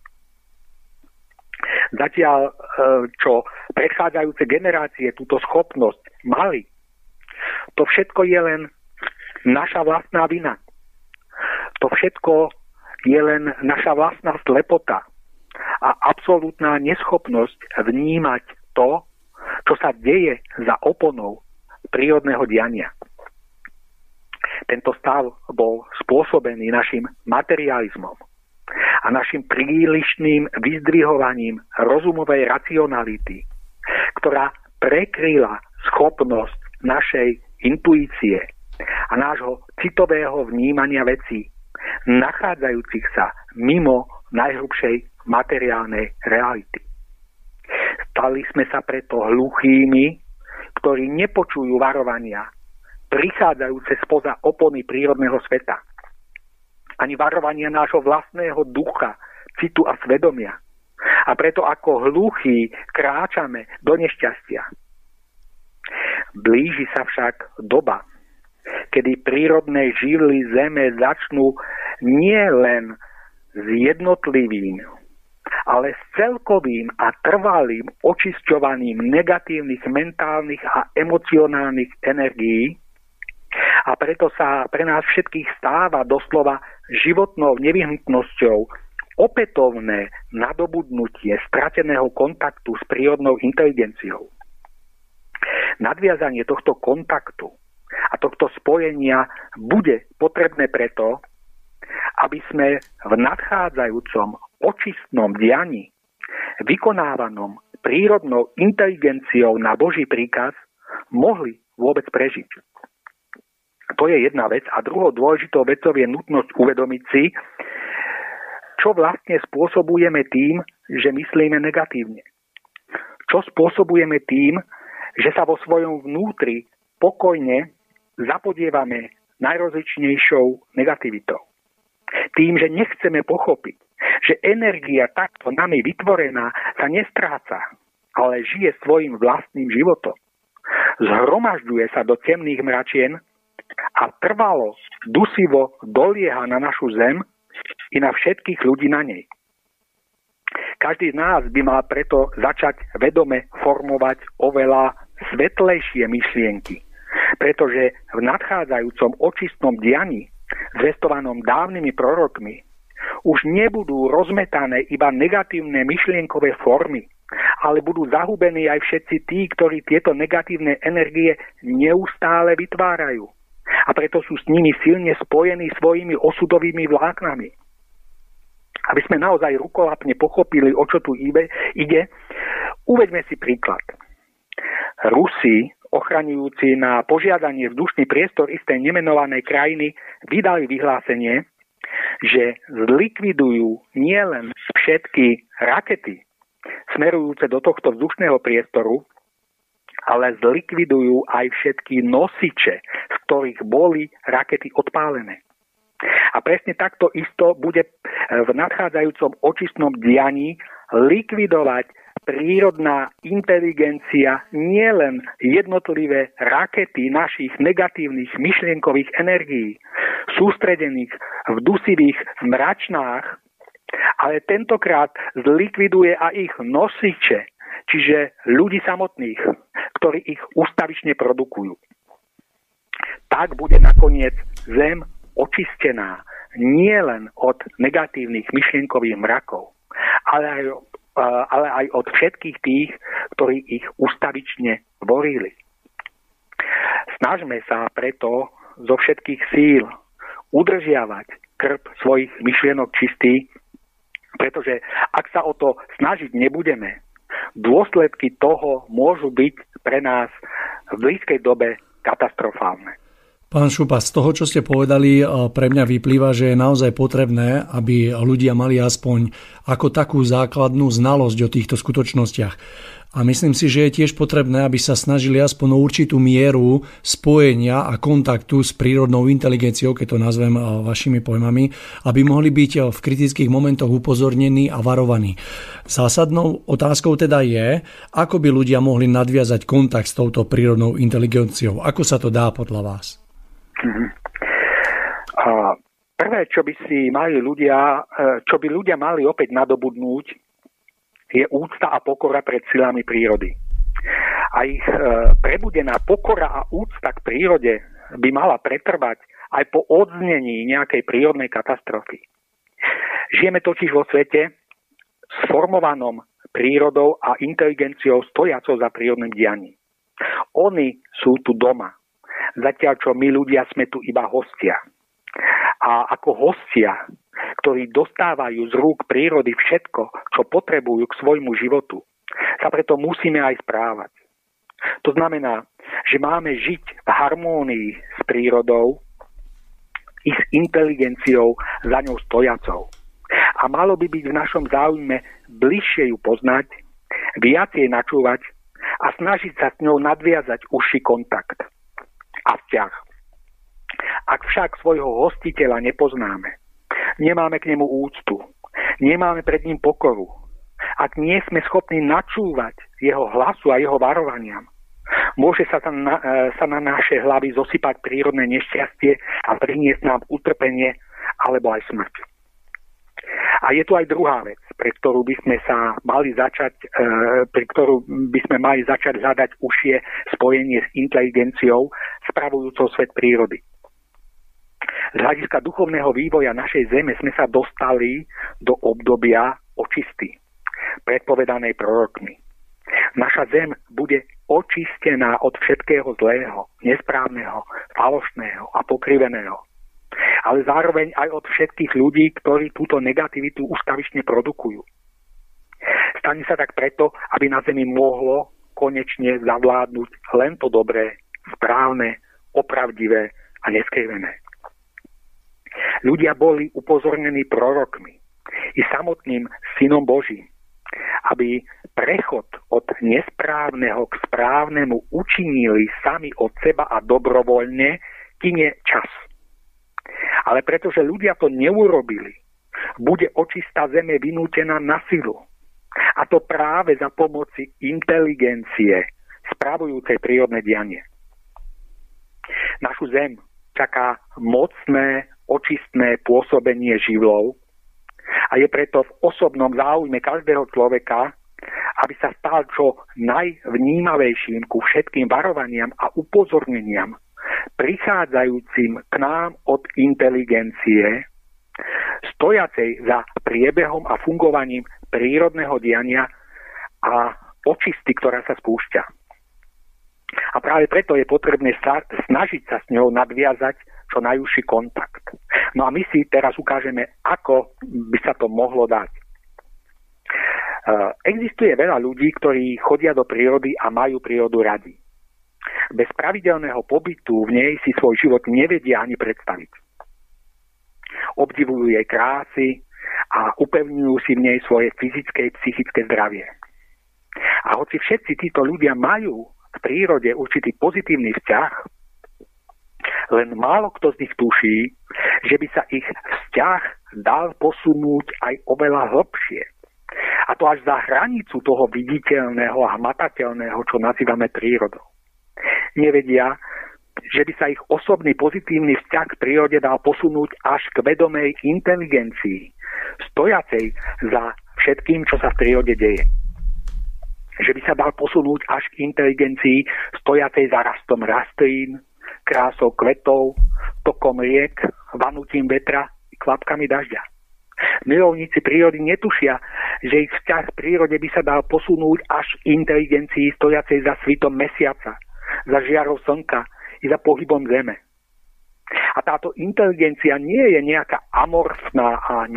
Zatiaľ, čo predchádzajúce generácie túto schopnosť mali, to všetko je len naša vlastná vina. To všetko je len naša vlastná slepota a absolútna neschopnosť vnímať to, čo sa deje za oponou prírodného diania. Tento stav bol spôsobený našim materializmom a našim prílišným vyzdvihovaním rozumovej racionality, ktorá prekryla schopnosť našej intuície a nášho citového vnímania vecí, nachádzajúcich sa mimo najhrubšej materiálnej reality. Stali sme sa preto hluchými, ktorí nepočujú varovania prichádzajúce spoza opony prírodného sveta. Ani varovania nášho vlastného ducha, citu a svedomia. A preto ako hluchí kráčame do nešťastia. Blíži sa však doba, kedy prírodné živly zeme začnú nie len s jednotlivým, ale s celkovým a trvalým očisťovaním negatívnych mentálnych a emocionálnych energií. A preto sa pre nás všetkých stáva doslova životnou nevyhnutnosťou opätovné nadobudnutie strateného kontaktu s prírodnou inteligenciou. Nadviazanie tohto kontaktu a tohto spojenia bude potrebné preto, aby sme v nadchádzajúcom očistnom dianí, vykonávanom prírodnou inteligenciou na Boží príkaz, mohli vôbec prežiť. To je jedna vec. A druhou dôležitou vecou je nutnosť uvedomiť si, čo vlastne spôsobujeme tým, že myslíme negatívne. Čo spôsobujeme tým, že sa vo svojom vnútri pokojne zapodievame najrozličnejšou negativitou. Tým, že nechceme pochopiť, že energia takto nami vytvorená sa nestráca, ale žije svojim vlastným životom. Zhromažďuje sa do temných mračien a trvalo, dusivo dolieha na našu zem i na všetkých ľudí na nej. Každý z nás by mal preto začať vedome formovať oveľa svetlejšie myšlienky, pretože v nadchádzajúcom očistnom dianí, zvestovanom dávnymi prorokmi, už nebudú rozmetané iba negatívne myšlienkové formy, ale budú zahubení aj všetci tí, ktorí tieto negatívne energie neustále vytvárajú. A preto sú s nimi silne spojení svojimi osudovými vláknami. Aby sme naozaj rukolapne pochopili, o čo tu ide, uveďme si príklad. Rusi, ochraňujúci na požiadanie vzdušný priestor istej nemenovanej krajiny, vydali vyhlásenie, že zlikvidujú nielen všetky rakety smerujúce do tohto vzdušného priestoru, ale zlikvidujú aj všetky nosiče, z ktorých boli rakety odpálené. A presne takto isto bude v nadchádzajúcom očistnom dianí likvidovať prírodná inteligencia nielen jednotlivé rakety našich negatívnych myšlienkových energií, sústredených v dusivých mračnách, ale tentokrát zlikviduje aj ich nosiče, čiže ľudí samotných, ktorí ich ústavične produkujú. Tak bude nakoniec Zem očistená nielen od negatívnych myšlienkových mrakov, ale aj od všetkých tých, ktorí ich ústavične tvorili. Snažme sa preto zo všetkých síl udržiavať krb svojich myšlienok čistý, pretože ak sa o to snažiť nebudeme, dôsledky toho môžu byť pre nás v blízkej dobe katastrofálne. Pán Šupa, z toho, čo ste povedali, pre mňa vyplýva, že je naozaj potrebné, aby ľudia mali aspoň ako takú základnú znalosť o týchto skutočnostiach. A myslím si, že je tiež potrebné, aby sa snažili aspoň o určitú mieru spojenia a kontaktu s prírodnou inteligenciou, keď to nazvem vašimi pojmami, aby mohli byť v kritických momentoch upozornení a varovaní. Zásadnou otázkou teda je, ako by ľudia mohli nadviazať kontakt s touto prírodnou inteligenciou. Ako sa to dá podľa vás? Prvé, čo by ľudia mali opäť nadobudnúť, je úcta a pokora pred silami prírody. A ich prebudená pokora a úcta k prírode by mala pretrvať aj po odznení nejakej prírodnej katastrofy. Žijeme totiž vo svete sformovanom prírodou a inteligenciou stojacou za prírodným dianím. Oni sú tu doma, zatiaľ čo my ľudia sme tu iba hostia. A ako hostia, ktorí dostávajú z rúk prírody všetko, čo potrebujú k svojmu životu, sa preto musíme aj správať. To znamená, že máme žiť v harmónii s prírodou i s inteligenciou za ňou stojacou. A malo by byť v našom záujme bližšie ju poznať, viac jej načúvať a snažiť sa s ňou nadviazať užší kontakt a vzťah. Ak však svojho hostiteľa nepoznáme, nemáme k nemu úctu, nemáme pred ním pokoru, ak nie sme schopní načúvať jeho hlasu a jeho varovaniam, môže sa na naše hlavy zosypať prírodné nešťastie a priniesť nám utrpenie alebo aj smrť. A je tu aj druhá vec, pre ktorú by sme mali začať hľadať užšie spojenie s inteligenciou spravujúcou svet prírody. Z hľadiska duchovného vývoja našej zeme sme sa dostali do obdobia očisty, predpovedanej prorokmi. Naša zem bude očistená od všetkého zlého, nesprávneho, falošného a pokriveného. Ale zároveň aj od všetkých ľudí, ktorí túto negativitu ústavične produkujú. Stane sa tak preto, aby na zemi mohlo konečne zavládnuť len to dobré, správne, opravdivé a neskrivené. Ľudia boli upozornení prorokmi i samotným Synom Božím, aby prechod od nesprávneho k správnemu učinili sami od seba a dobrovoľne, kým je čas. Ale pretože ľudia to neurobili, bude očistá zeme vynútená na silu. A to práve za pomoci inteligencie spravujúcej prírodné dianie. Našu zem čaká mocné, očistné pôsobenie živlov a je preto v osobnom záujme každého človeka, aby sa stal čo najvnímavejším ku všetkým varovaniam a upozorneniam prichádzajúcim k nám od inteligencie, stojacej za priebehom a fungovaním prírodného diania a očisty, ktorá sa spúšťa. A práve preto je potrebné snažiť sa s ňou nadviazať čo najúžší kontakt. No a my si teraz ukážeme, ako by sa to mohlo dať. Existuje veľa ľudí, ktorí chodia do prírody a majú prírodu radi. Bez pravidelného pobytu v nej si svoj život nevedia ani predstaviť. Obdivujú jej krásy a upevňujú si v nej svoje fyzické a psychické zdravie. A hoci všetci títo ľudia majú v prírode určitý pozitívny vzťah, len málo kto z nich tuší, že by sa ich vzťah dal posunúť aj oveľa hlbšie. A to až za hranicu toho viditeľného a hmatateľného, čo nazývame prírodou. Nevedia, že by sa ich osobný pozitívny vzťah k prírode dal posunúť až k vedomej inteligencii, stojacej za všetkým, čo sa v prírode deje. Že by sa dal posunúť až k inteligencii stojacej za rastom rastlín, krásou kvetov, tokom riek, vanutím vetra i kvapkami dažďa. Milovníci prírody netušia, že ich vzťah k prírode by sa dal posunúť až k inteligencii stojacej za svitom mesiaca, za žiarou slnka i za pohybom zeme. A táto inteligencia nie je nejaká amorfná a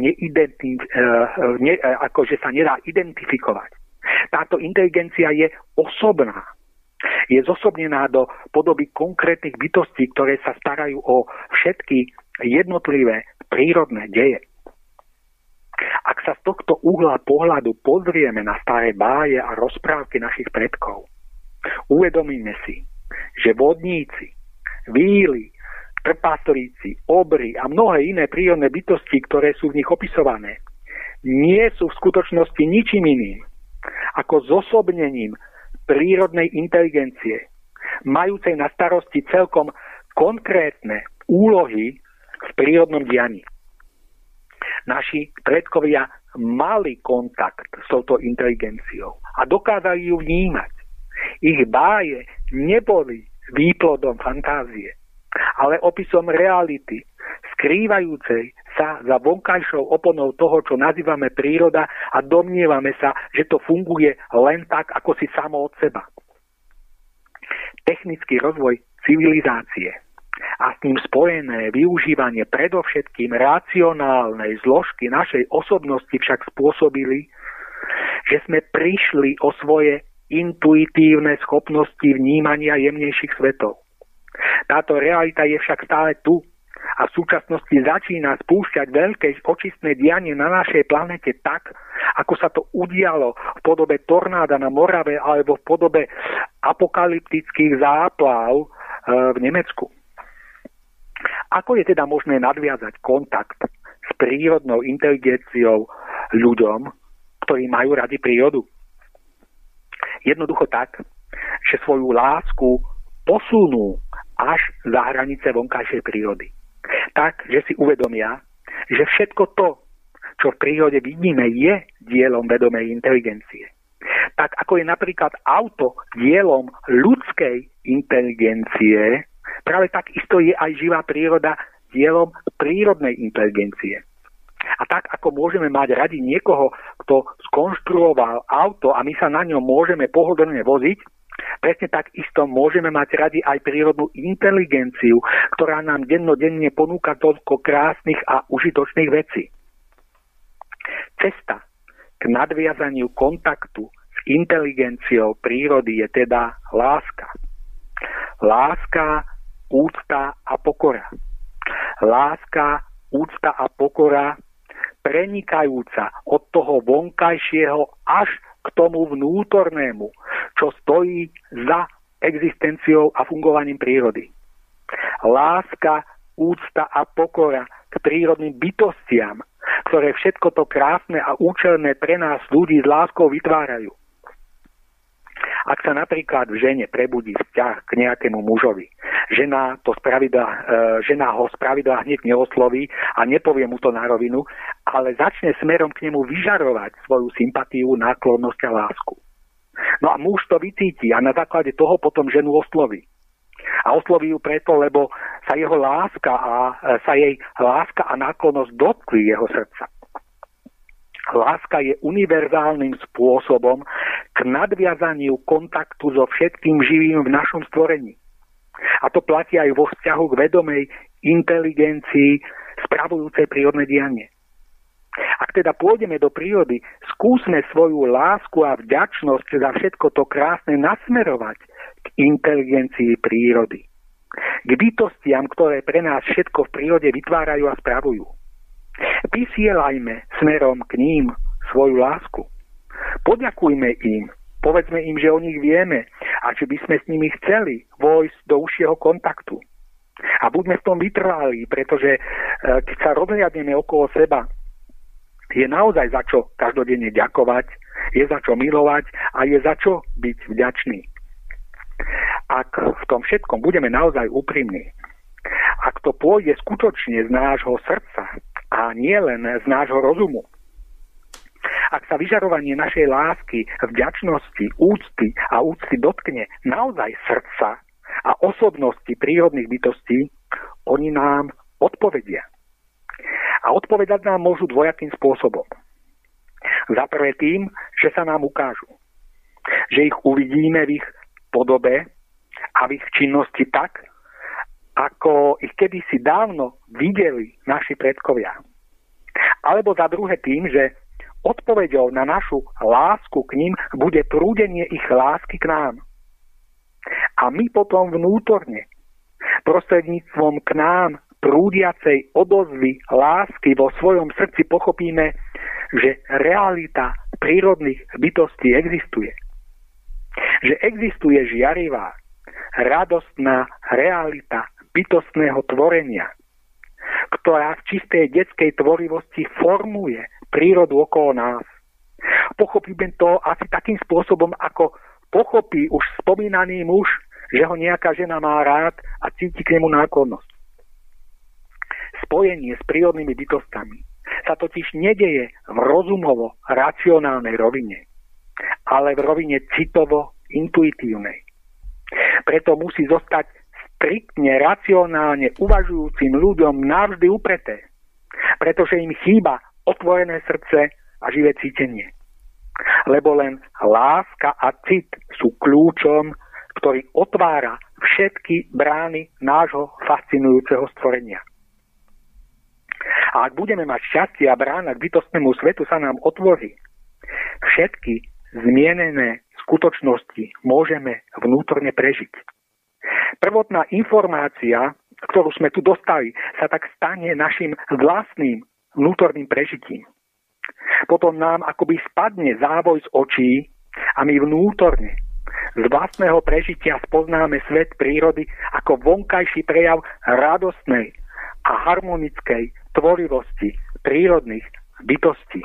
akože sa nedá identifikovať. Táto inteligencia je osobná. Je zosobnená do podoby konkrétnych bytostí, ktoré sa starajú o všetky jednotlivé prírodné deje. Ak sa z tohto uhla pohľadu pozrieme na staré báje a rozprávky našich predkov, uvedomíme si, že vodníci, víly, trpaslíci, obry a mnohé iné prírodné bytosti, ktoré sú v nich opisované, nie sú v skutočnosti ničím iným ako zosobnením prírodnej inteligencie, majúcej na starosti celkom konkrétne úlohy v prírodnom dianí. Naši predkovia mali kontakt s touto inteligenciou a dokázali ju vnímať. Ich báje neboli výplodom fantázie, ale opisom reality, skrývajúcej sa za vonkajšou oponou toho, čo nazývame príroda a domnievame sa, že to funguje len tak, ako si samo od seba. Technický rozvoj civilizácie a s ním spojené využívanie predovšetkým racionálnej zložky našej osobnosti však spôsobili, že sme prišli o svoje intuitívne schopnosti vnímania jemnejších svetov. Táto realita je však stále tu a v súčasnosti začína spúšťať veľké očistné dianie na našej planete tak, ako sa to udialo v podobe tornáda na Morave alebo v podobe apokalyptických záplav v Nemecku. Ako je teda možné nadviazať kontakt s prírodnou inteligenciou ľuďom, ktorí majú radi prírodu? Jednoducho tak, že svoju lásku posunú až za hranice vonkajšej prírody. Tak, že si uvedomia, že všetko to, čo v prírode vidíme, je dielom vedomej inteligencie. Tak ako je napríklad auto dielom ľudskej inteligencie, práve tak isto je aj živá príroda dielom prírodnej inteligencie. A tak ako môžeme mať radi niekoho, kto skonštruoval auto a my sa na ňom môžeme pohodlne voziť, presne tak isto môžeme mať radi aj prírodnú inteligenciu, ktorá nám dennodenne ponúka toľko krásnych a užitočných vecí. Cesta k nadviazaniu kontaktu s inteligenciou prírody je teda láska. Láska, úcta a pokora. Láska, úcta a pokora prenikajúca od toho vonkajšieho až k tomu vnútornému, čo stojí za existenciou a fungovaním prírody. Láska, úcta a pokora k prírodným bytostiam, ktoré všetko to krásne a účelné pre nás ľudí s láskou vytvárajú. Ak sa napríklad v žene prebudí vzťah k nejakému mužovi, žena ho spravidla hneď neosloví a nepovie mu to na rovinu, ale začne smerom k nemu vyžarovať svoju sympatiu, náklonnosť a lásku. No a muž to vycíti a na základe toho potom ženu osloví. A osloví ju preto, lebo sa jej láska a náklonnosť dotkli jeho srdca. Láska je univerzálnym spôsobom k nadviazaniu kontaktu so všetkým živým v našom stvorení. A to platí aj vo vzťahu k vedomej inteligencii spravujúcej prírodné dianie. Ak teda pôjdeme do prírody, skúsme svoju lásku a vďačnosť za všetko to krásne nasmerovať k inteligencii prírody. K bytostiam, ktoré pre nás všetko v prírode vytvárajú a spravujú. Vysielajme smerom k ním svoju lásku. Poďakujme im, povedzme im, že o nich vieme a že by sme s nimi chceli vojsť do užšieho kontaktu. A buďme v tom vytrvalí, pretože keď sa rozhliadneme okolo seba, je naozaj za čo každodenne ďakovať, je za čo milovať a je za čo byť vďačný. Ak v tom všetkom budeme naozaj úprimní, ak to pôjde skutočne z nášho srdca a nie len z nášho rozumu, ak sa vyžarovanie našej lásky, vďačnosti, úcty dotkne naozaj srdca a osobnosti prírodných bytostí, oni nám odpovedia. A odpovedať nám môžu dvojakým spôsobom. Za prvé tým, že sa nám ukážu. Že ich uvidíme v ich podobe a v ich činnosti tak, ako ich kedysi dávno videli naši predkovia. Alebo za druhé tým, že odpoveďou na našu lásku k ním bude prúdenie ich lásky k nám. A my potom vnútorne, prostredníctvom k nám prúdiacej odozvy lásky vo svojom srdci pochopíme, že realita prírodných bytostí existuje. Že existuje žiarivá, radostná realita bytostného tvorenia, ktorá v čistej detskej tvorivosti formuje prírodu okolo nás. Pochopíme to asi takým spôsobom, ako pochopí už spomínaný muž, že ho nejaká žena má rád a cíti k nemu náklonnosť. Spojenie s prírodnými bytostami sa totiž nedeje v rozumovo-racionálnej rovine, ale v rovine citovo-intuitívnej. Preto musí zostať striktne racionálne uvažujúcim ľuďom navždy upreté, pretože im chýba otvorené srdce a živé cítenie. Lebo len láska a cit sú kľúčom, ktorý otvára všetky brány nášho fascinujúceho stvorenia. A ak budeme mať šťastie a brána k bytostnému svetu sa nám otvorí, všetky zmienené skutočnosti môžeme vnútorne prežiť. Prvotná informácia, ktorú sme tu dostali, sa tak stane našim vlastným vnútorným prežitím. Potom nám akoby spadne závoj z očí a my vnútorne z vlastného prežitia spoznáme svet prírody ako vonkajší prejav radostnej a harmonickej tvorivosti prírodných bytostí.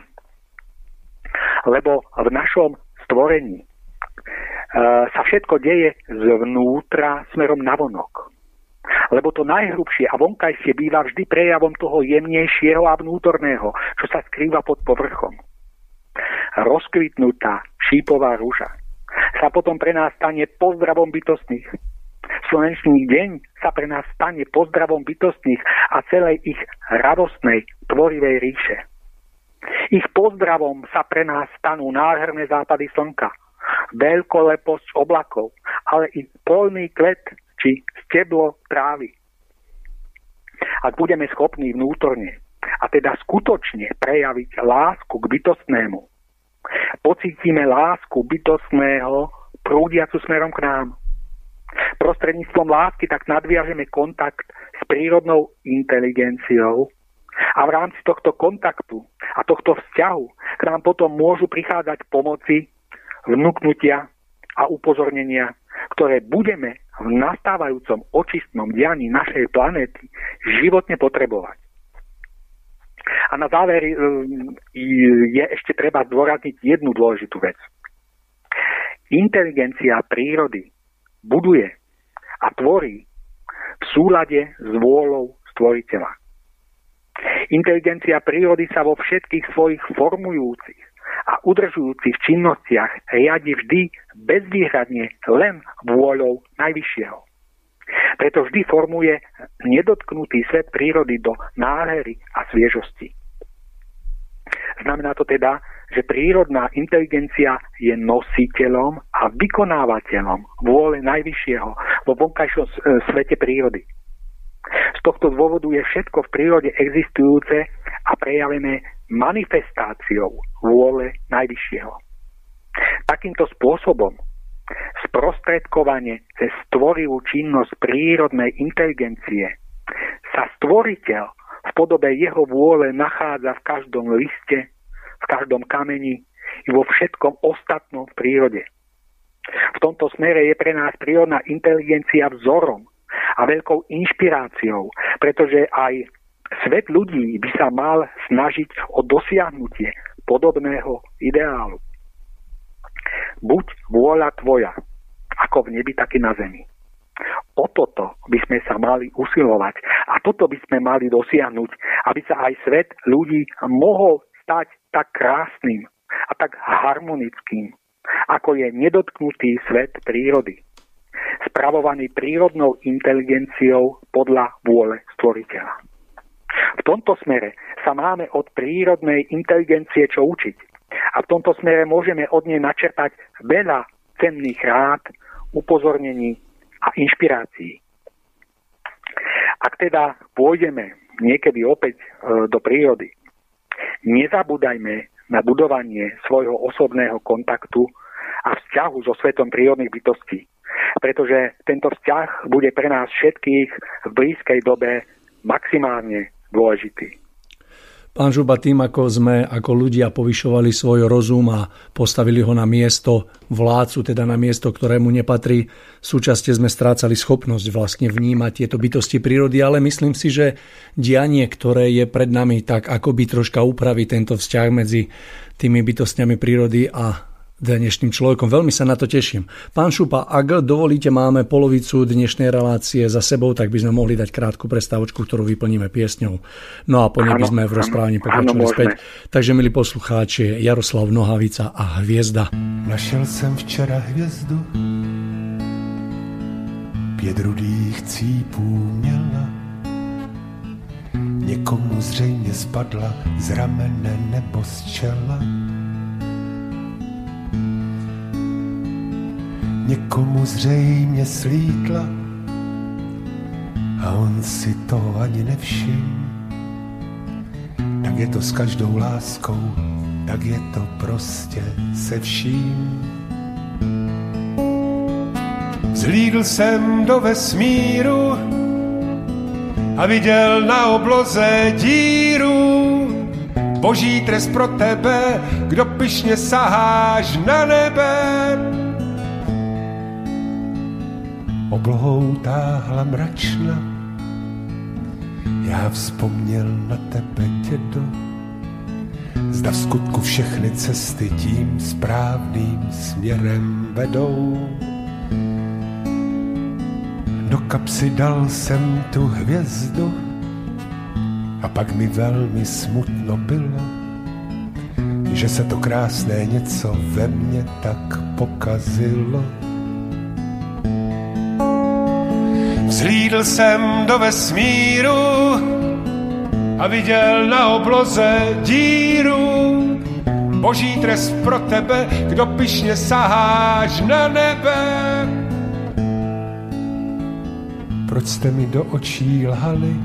Lebo v našom stvorení sa všetko deje zvnútra smerom navonok. Lebo to najhrubšie a vonkajšie býva vždy prejavom toho jemnejšieho a vnútorného, čo sa skrýva pod povrchom. Rozkvitnutá šípová rúža sa potom pre nás stane pozdravom bytostných. Slnečný deň sa pre nás stane pozdravom bytostných a celej ich radostnej, tvorivej ríše. Ich pozdravom sa pre nás stanú nádherné západy slnka, veľkoleposť oblakov, ale i polný kvet či steblo trávy. Ak budeme schopní vnútorne, a teda skutočne prejaviť lásku k bytostnému, pocítime lásku bytostného prúdiacu smerom k nám. Prostredníctvom lásky tak nadviažeme kontakt s prírodnou inteligenciou a v rámci tohto kontaktu a tohto vzťahu k nám potom môžu prichádzať pomoci, vnúknutia a upozornenia, ktoré budeme v nastávajúcom očistnom dianí našej planéty životne potrebovať. A na záver je ešte treba zdôrazniť jednu dôležitú vec. Inteligencia prírody buduje a tvorí v súlade s vôľou stvoriteľa. Inteligencia prírody sa vo všetkých svojich formujúcich a udržujúcich činnostiach riadi vždy bezvýhradne len vôľou Najvyššieho. Preto vždy formuje nedotknutý svet prírody do nádhery a sviežosti. Znamená to teda, že prírodná inteligencia je nositeľom a vykonávateľom vôle Najvyššieho vo vonkajšom svete prírody. Z tohto dôvodu je všetko v prírode existujúce a prejavené manifestáciou vôle Najvyššieho. Takýmto spôsobom sprostredkovanie cez stvorivú činnosť prírodnej inteligencie sa stvoriteľ v podobe jeho vôle nachádza v každom liste, v každom kameni i vo všetkom ostatnom v prírode. V tomto smere je pre nás prírodná inteligencia vzorom a veľkou inšpiráciou, pretože aj svet ľudí by sa mal snažiť o dosiahnutie podobného ideálu. Buď vôľa tvoja, ako v nebi, tak i na zemi. O toto by sme sa mali usilovať a toto by sme mali dosiahnuť, aby sa aj svet ľudí mohol stať tak krásnym a tak harmonickým, ako je nedotknutý svet prírody, spravovaný prírodnou inteligenciou podľa vôle stvoriteľa. V tomto smere sa máme od prírodnej inteligencie čo učiť a v tomto smere môžeme od nej načerpať veľa cenných rád, upozornení a inšpirácií. Ak teda pôjdeme niekedy opäť do prírody, nezabúdajme na budovanie svojho osobného kontaktu a vzťahu so svetom prírodných bytostí, pretože tento vzťah bude pre nás všetkých v blízkej dobe maximálne dôležitý. Pán Žuba, tým, ako sme ako ľudia povyšovali svoj rozum a postavili ho na miesto vládcu, teda na miesto, ktorému nepatrí, súčasne sme strácali schopnosť vlastne vnímať tieto bytosti prírody, ale myslím si, že dianie, ktoré je pred nami, tak akoby troška upraví tento vzťah medzi tými bytostiami prírody a dnešným človekom. Veľmi sa na to teším. Pán Šupa, ak dovolíte, máme polovicu dnešnej relácie za sebou, tak by sme mohli dať krátku prestávočku, ktorú vyplníme piesňou. No a po nej by sme v rozprávaní pokračovali späť. Takže, milí poslucháči, Jaroslav Nohavica a Hviezda. Našel jsem včera hvězdu, 5 rudých cípů měla, někomu zřejmě spadla z ramene nebo z čela. Někomu zřejmě slítla a on si toho ani nevšiml. Tak je to s každou láskou, tak je to prostě se vším. Vzhlídl jsem do vesmíru a viděl na obloze díru. Boží trest pro tebe, kdo pyšně saháš na nebe. Oblohou táhla mračna, já vzpomněl na tebe, dědo. Zda v skutku všechny cesty tím správným směrem vedou. Do kapsy dal jsem tu hvězdu a pak mi velmi smutno bylo, že se to krásné něco ve mně tak pokazilo. Vzhlídl jsem do vesmíru a viděl na obloze díru. Boží trest pro tebe, kdo pyšně saháš na nebe. Proč jste mi do očí lhali,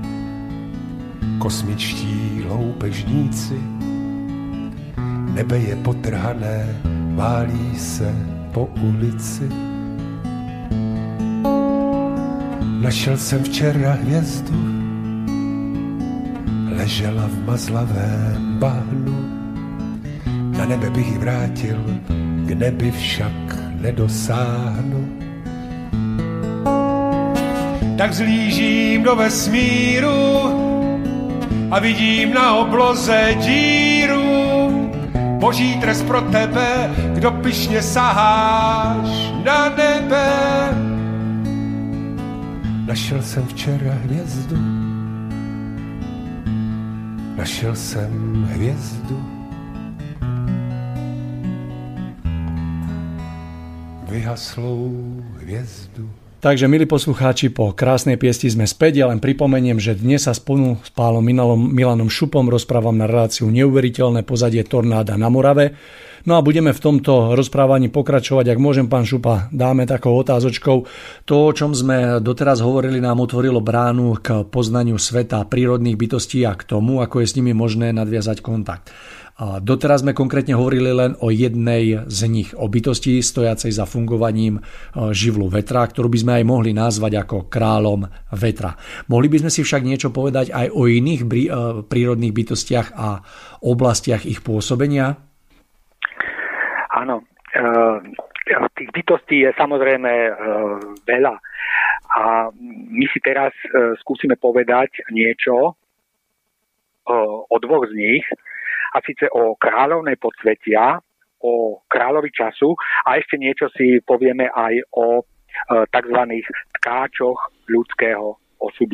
kosmičtí loupežníci? Nebe je potrhané, válí se po ulici. Našel jsem včera hvězdu, ležela v mazlavém bahnu. Na nebe bych ji vrátil, k nebi však nedosáhnu. Tak zlížím do vesmíru a vidím na obloze díru. Boží trest pro tebe, kdo pyšně saháš na nebe. Našel jsem včera hvězdu, našel jsem hvězdu. Vyhaslou hvězdu. Takže, milí poslucháči, po krásnej piesti sme späť. Ja len pripomeniem, že dnes sa spolu s pánom Milanom Šupom rozprávam na reláciu Neuveriteľné pozadie tornáda na Morave. No a budeme v tomto rozprávaní pokračovať. Ak môžem, pán Šupa, dáme takou otázočkou. To, o čom sme doteraz hovorili, nám otvorilo bránu k poznaniu sveta, prírodných bytostí a k tomu, ako je s nimi možné nadviazať kontakt. A doteraz sme konkrétne hovorili len o jednej z nich, o bytosti stojacej za fungovaním živlu vetra, ktorú by sme aj mohli nazvať ako kráľom vetra. Mohli by sme si však niečo povedať aj o iných prírodných bytostiach a oblastiach ich pôsobenia? Áno, tých bytostí je samozrejme veľa a my si teraz skúsime povedať niečo o dvoch z nich, a síce o kráľovnej podsvetia, o kráľovi času a ešte niečo si povieme aj o tzv. Tkáčoch ľudského osudu.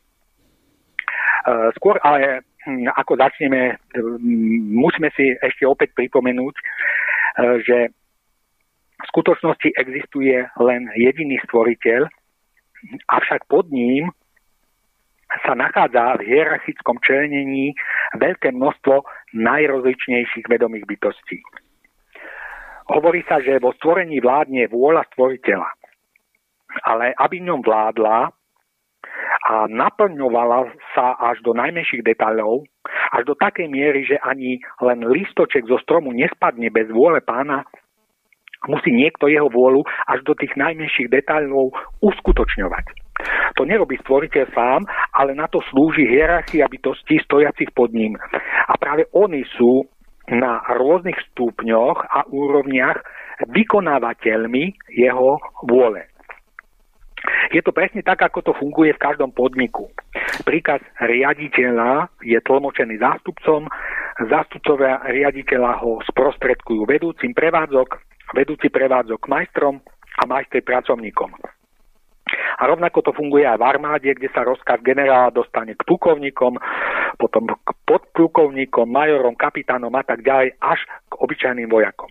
Skôr ale ako začneme, musíme si ešte opäť pripomenúť, že v skutočnosti existuje len jediný stvoriteľ, avšak pod ním sa nachádza v hierarchickom členení veľké množstvo najrozličnejších vedomých bytostí. Hovorí sa, že vo stvorení vládne vôľa stvoriteľa, ale aby v ňom vládla a naplňovala sa až do najmenších detailov, až do takej miery, že ani len lístoček zo stromu nespadne bez vôle Pána, musí niekto jeho vôľu až do tých najmenších detailov uskutočňovať. To nerobí stvoriteľ sám, ale na to slúži hierarchia bytostí stojacich pod ním. A práve oni sú na rôznych stupňoch a úrovniach vykonávateľmi jeho vôle. Je to presne tak, ako to funguje v každom podniku. Príkaz riaditeľa je tlmočený zástupcom, zástupcovia riaditeľa ho sprostredkujú vedúcim prevádzok, vedúci prevádzok majstrom a majstri pracovníkom. A rovnako to funguje aj v armáde, kde sa rozkaz generála dostane k plukovníkom, potom k podplukovníkom, majorom, kapitánom a tak ďalej, až k obyčajným vojakom.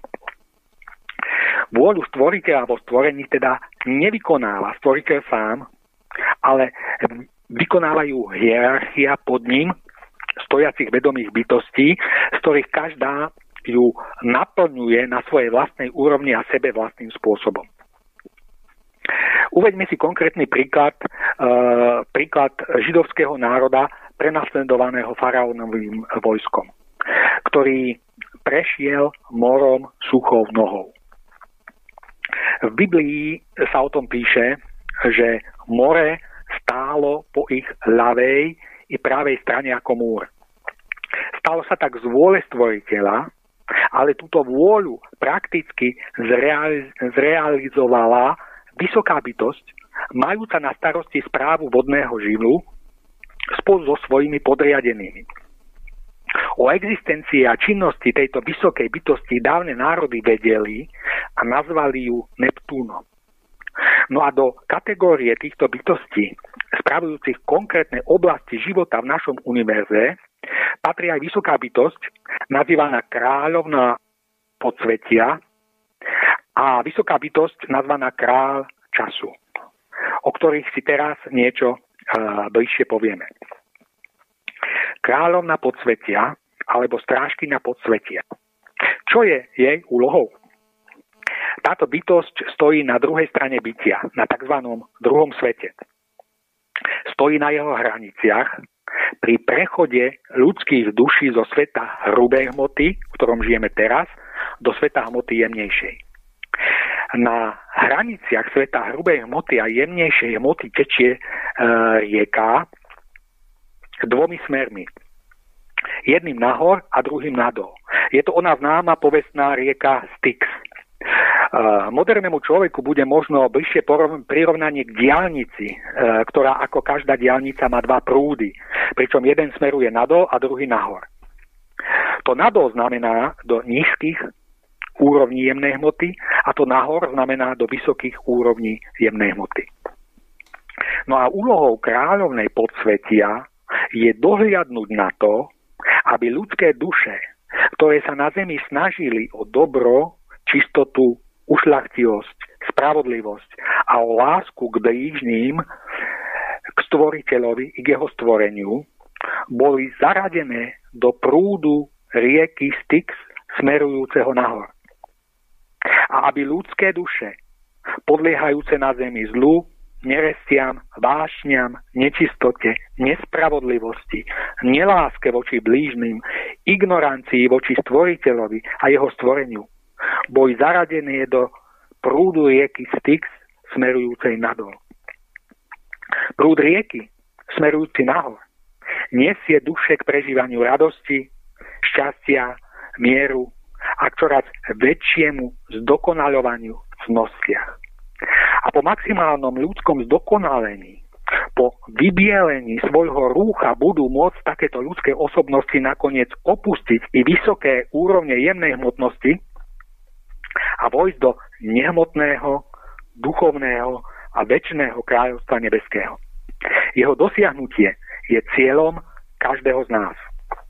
Vôľu stvoriteľa vo stvorení teda nevykonáva stvoriteľ sám, ale vykonávajú hierarchia pod ním stojacich vedomých bytostí, z ktorých každá ju naplňuje na svojej vlastnej úrovni a sebe vlastným spôsobom. Uveďme si konkrétny príklad židovského národa prenasledovaného faraónovým vojskom, ktorý prešiel morom suchou nohou. V Biblii sa o tom píše, že more stálo po ich ľavej i pravej strane ako múr. Stalo sa tak z vôle stvoriteľa, ale túto vôľu prakticky zrealizovala vysoká bytosť, majúca na starosti správu vodného živlu spolu so svojimi podriadenými. O existencii a činnosti tejto vysokej bytosti dávne národy vedeli a nazvali ju Neptúnom. No a do kategórie týchto bytostí, spravujúcich konkrétne oblasti života v našom univerze, patrí aj vysoká bytosť, nazývaná kráľovná podsvetia, a vysoká bytosť nazvaná kráľ času, o ktorých si teraz niečo bližšie povieme. Kráľovná podsvetia alebo strážkyňa podsvetia. Čo je jej úlohou? Táto bytosť stojí na druhej strane bytia, na tzv. Druhom svete. Stojí na jeho hraniciach pri prechode ľudských duší zo sveta hrubej hmoty, v ktorom žijeme teraz, do sveta hmoty jemnejšej. Na hraniciach sveta hrubej hmoty a jemnejšej hmoty tečie rieka dvomi smermi. Jedným nahor a druhým nadol. Je to ona známa povestná rieka Styx. Modernému človeku bude možno bližšie prirovnanie k diaľnici, ktorá ako každá diaľnica má dva prúdy, pričom jeden smeruje nadol a druhý nahor. To nadol znamená do nízkych úrovní jemnej hmoty a to nahor znamená do vysokých úrovní jemnej hmoty. No a úlohou kráľovnej podsvetia je dohliadnúť na to, aby ľudské duše, ktoré sa na zemi snažili o dobro, čistotu, ušľachtilosť, spravodlivosť a o lásku k blížnym, k stvoriteľovi i k jeho stvoreniu, boli zaradené do prúdu rieky Styx smerujúceho nahor. A aby ľudské duše, podliehajúce na zemi zlu, nerestiam, vášňam, nečistote, nespravodlivosti, neláske voči blížnym, ignorancii voči stvoriteľovi a jeho stvoreniu, boli zaradené do prúdu rieky Styx smerujúcej nadol. Prúd rieky smerujúci nahor nesie duše k prežívaniu radosti, šťastia, mieru a čoraz väčšiemu zdokonaľovaniu v cnostiach. A po maximálnom ľudskom zdokonalení, po vybielení svojho rúcha budú môcť takéto ľudské osobnosti nakoniec opustiť i vysoké úrovne jemnej hmotnosti a vojsť do nehmotného, duchovného a večného kráľovstva nebeského. Jeho dosiahnutie je cieľom každého z nás.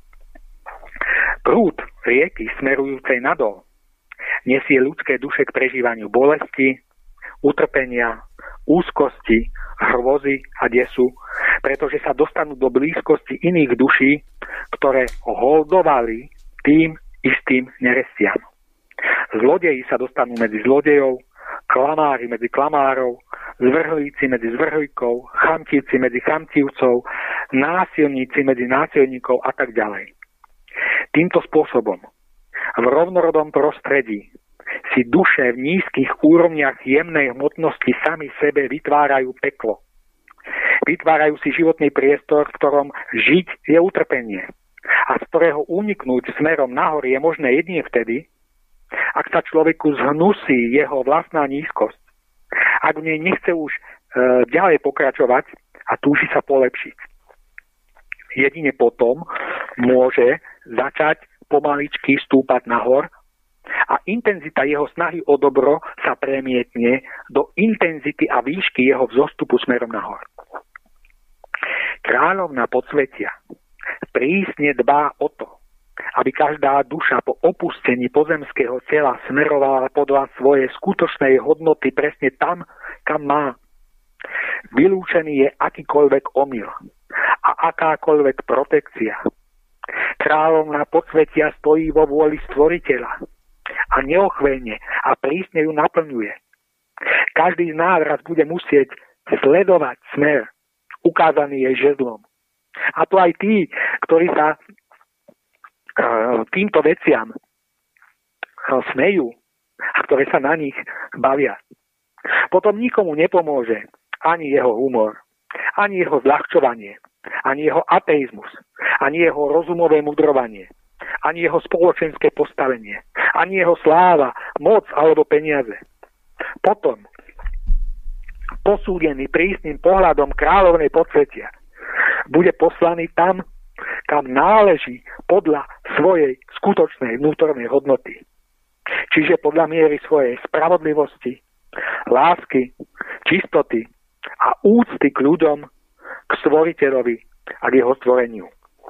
Prúd rieky smerujúcej nadol nesie ľudské duše k prežívaniu bolesti, utrpenia, úzkosti, hrôzy a desu, pretože sa dostanú do blízkosti iných duší, ktoré holdovali tým istým nerestiam. Zlodeji sa dostanú medzi zlodejov, klamári medzi klamárov, zvrhlíci medzi zvrhlíkov, chamtivci medzi chamtivcov, násilníci medzi násilníkov a tak ďalej. Týmto spôsobom v rovnorodom prostredí si duše v nízkych úrovniach jemnej hmotnosti sami sebe vytvárajú peklo. Vytvárajú si životný priestor, v ktorom žiť je utrpenie a z ktorého uniknúť smerom nahor je možné jedine vtedy, ak sa človeku zhnusí jeho vlastná nízkosť, ak v nej nechce už ďalej pokračovať a túži sa polepšiť. Jedine potom môže začať pomaličky stúpať nahor a intenzita jeho snahy o dobro sa premietne do intenzity a výšky jeho vzostupu smerom nahor. Kráľovna podsvetia prísne dbá o to, aby každá duša po opustení pozemského tela smerovala podľa svojej skutočnej hodnoty presne tam, kam má. Vylúčený je akýkoľvek omyl a akákoľvek protekcia. Kráľovna podsvetia stojí vo vôli stvoriteľa a neochvejne a prísne ju naplňuje. Každý z nás raz bude musieť sledovať smer ukázaný jej žezlom. A to aj tí, ktorí sa týmto veciam smejú a ktoré sa na nich bavia. Potom nikomu nepomôže ani jeho humor, ani jeho zľahčovanie, ani jeho ateizmus, ani jeho rozumové mudrovanie, ani jeho spoločenské postavenie, ani jeho sláva, moc alebo peniaze. Potom, posúdený prísnym pohľadom kráľovnej podsvetia, bude poslaný tam, kam náleží podľa svojej skutočnej vnútornej hodnoty. Čiže podľa miery svojej spravodlivosti, lásky, čistoty a úcty k ľuďom, k stvoriteľovi a k jeho stvoreniu.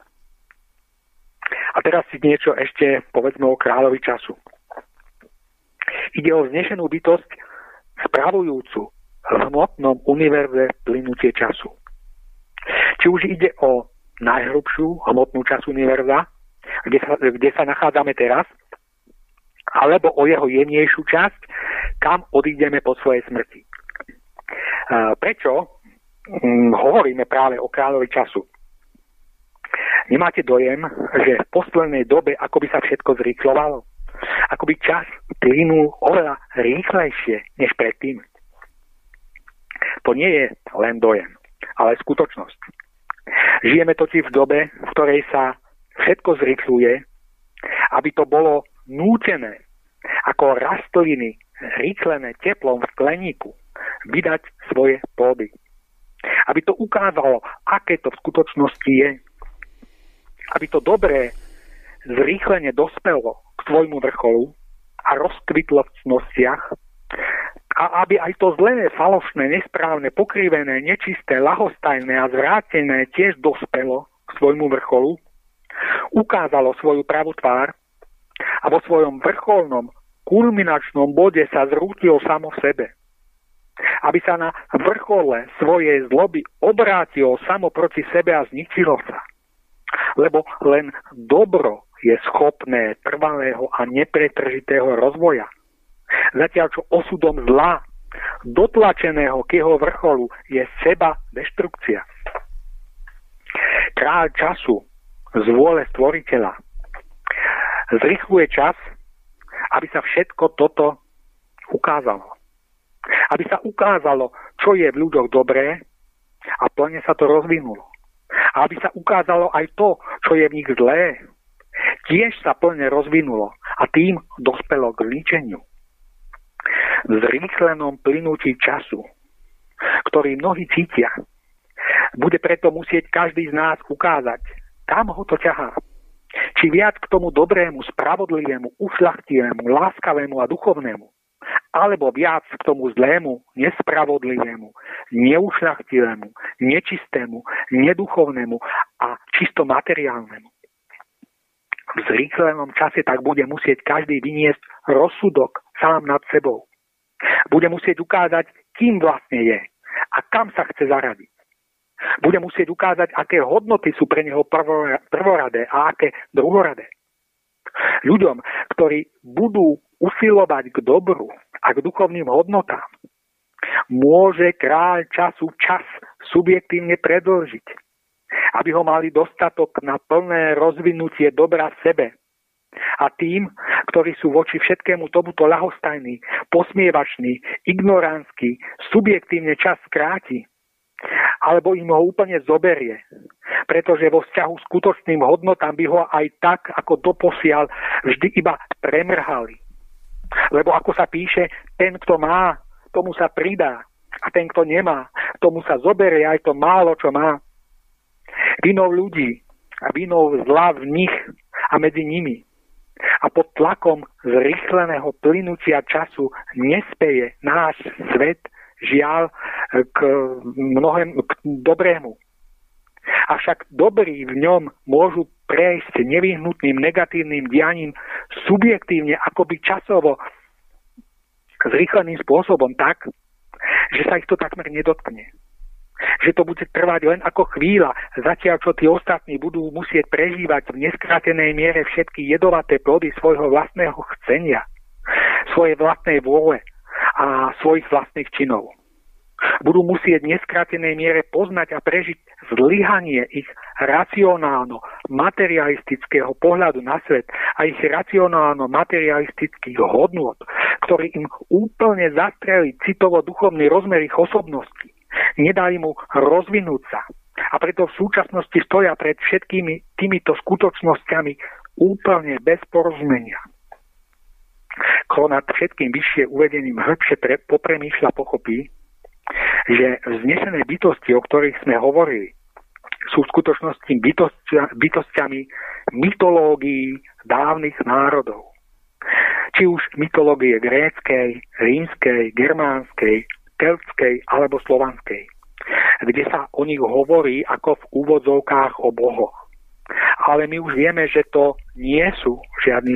A teraz si niečo ešte povedzme o kráľovi času. Ide o vznešenú bytosť spravujúcu v hmotnom univerze plynutie času. Či už ide o najhrubšiu hmotnú časť univerza, kde sa nachádzame teraz, alebo o jeho jemnejšiu časť, kam odídeme po svojej smrti. Prečo hovoríme práve o kráľovi času? Nemáte dojem, že v poslednej dobe akoby sa všetko zrýchlovalo? Akoby čas plynul oveľa rýchlejšie než predtým? To nie je len dojem, ale skutočnosť. Žijeme totiž v dobe, v ktorej sa všetko zrýchľuje, aby to bolo nútené, ako rastliny rýchlené teplom v skleníku, vydať svoje plody. Aby to ukázalo, aké to v skutočnosti je. Aby to dobré zrýchlene dospelo k svojmu vrcholu a rozkvitlo v cnostiach, a aby aj to zlé, falošné, nesprávne, pokrivené, nečisté, ľahostajné a zvrátené tiež dospelo k svojmu vrcholu, ukázalo svoju pravú tvár a vo svojom vrcholnom, kulminačnom bode sa zrútilo samo v sebe. Aby sa na vrchole svojej zloby obrátilo samo proti sebe a zničilo sa. Lebo len dobro je schopné trvalého a nepretržitého rozvoja. Zatiaľ čo osudom zla, dotlačeného k jeho vrcholu, je seba deštrukcia. Kráľ času z vôle stvoriteľa zrýchluje čas, aby sa všetko toto ukázalo. Aby sa ukázalo, čo je v ľuďoch dobré a plne sa to rozvinulo. A aby sa ukázalo aj to, čo je v nich zlé, tiež sa plne rozvinulo a tým dospelo k zničeniu. V zrýchlenom plynutí času, ktorý mnohí cítia, bude preto musieť každý z nás ukázať, kam ho to ťahá. Či viac k tomu dobrému, spravodlivému, ušľachtivému, láskavému a duchovnému, alebo viac k tomu zlému, nespravodlivému, neušľachtivému, nečistému, neduchovnému a čisto materiálnemu. V zrýchlenom čase tak bude musieť každý vyniesť rozsudok sám nad sebou. Bude musieť ukázať, kým vlastne je a kam sa chce zaradiť. Bude musieť ukázať, aké hodnoty sú pre neho prvoradé a aké druhoradé. Ľuďom, ktorí budú usilovať k dobru a k duchovným hodnotám, môže kráľ času čas subjektívne predĺžiť, aby ho mali dostatok na plné rozvinutie dobra v sebe. A tým, ktorí sú voči všetkému tomuto ľahostajní, posmievační, ignorantskí, subjektívne čas skráti, alebo im ho úplne zoberie, pretože vo vzťahu s skutočným hodnotám by ho aj tak, ako doposiaľ, vždy iba premrhali. Lebo ako sa píše, ten, kto má, tomu sa pridá, a ten, kto nemá, tomu sa zoberie aj to málo, čo má. Vinou ľudí a vinou zla v nich a medzi nimi a pod tlakom zrýchleného plynutia času nespeje náš svet, žiaľ, k dobrému. Avšak dobrí v ňom môžu prejsť nevyhnutným negatívnym dianím subjektívne, akoby časovo zrýchleným spôsobom tak, že sa ich to takmer nedotkne. Že to bude trvať len ako chvíľa, zatiaľ čo tí ostatní budú musieť prežívať v neskrátenej miere všetky jedovaté plody svojho vlastného chcenia, svojej vlastnej vôle a svojich vlastných činov. Budú musieť v neskrátenej miere poznať a prežiť zlyhanie ich racionálno-materialistického pohľadu na svet a ich racionálno-materialistických hodnôt, ktorý im úplne zastrelí citovo-duchovný rozmer ich osobnosti. Nedali mu rozvinúť sa. A preto v súčasnosti stoja pred všetkými týmito skutočnosťami úplne bez porozumenia. Kto nad všetkým vyššie uvedeným hĺbšie popremýšľa, pochopí, že vznešené bytosti, o ktorých sme hovorili, sú v skutočnosti bytostiami mytológií dávnych národov. Či už mytológie gréckej, rímskej, germánskej, keltskej alebo slovanskej, kde sa o nich hovorí ako v úvodzovkách o bohoch. Ale my už vieme, že to nie sú žiadni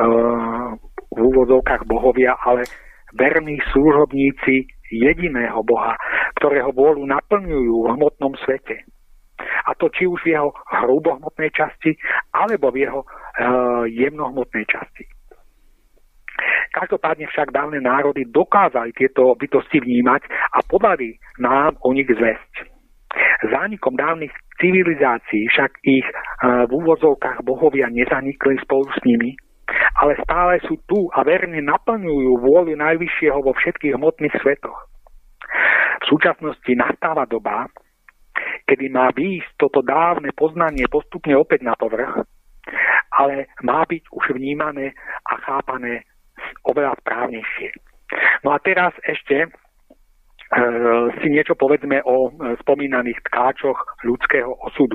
v úvodzovkách bohovia, ale verní služobníci jediného Boha, ktorého vôľu naplňujú v hmotnom svete. A to či už v jeho hrubohmotnej časti, alebo v jeho jemnohmotnej časti. Každopádne však dávne národy dokázali tieto bytosti vnímať a podali nám o nich zvesť. Zánikom dávnych civilizácií však ich v úvozovkách bohovia nezanikli spolu s nimi, ale stále sú tu a verne naplňujú vôľu najvyššieho vo všetkých hmotných svetoch. V súčasnosti nastáva doba, kedy má výjsť toto dávne poznanie postupne opäť na povrch, ale má byť už vnímané a chápané oveľa správnejšie. No a teraz ešte si niečo povedzme o spomínaných tkáčoch ľudského osudu.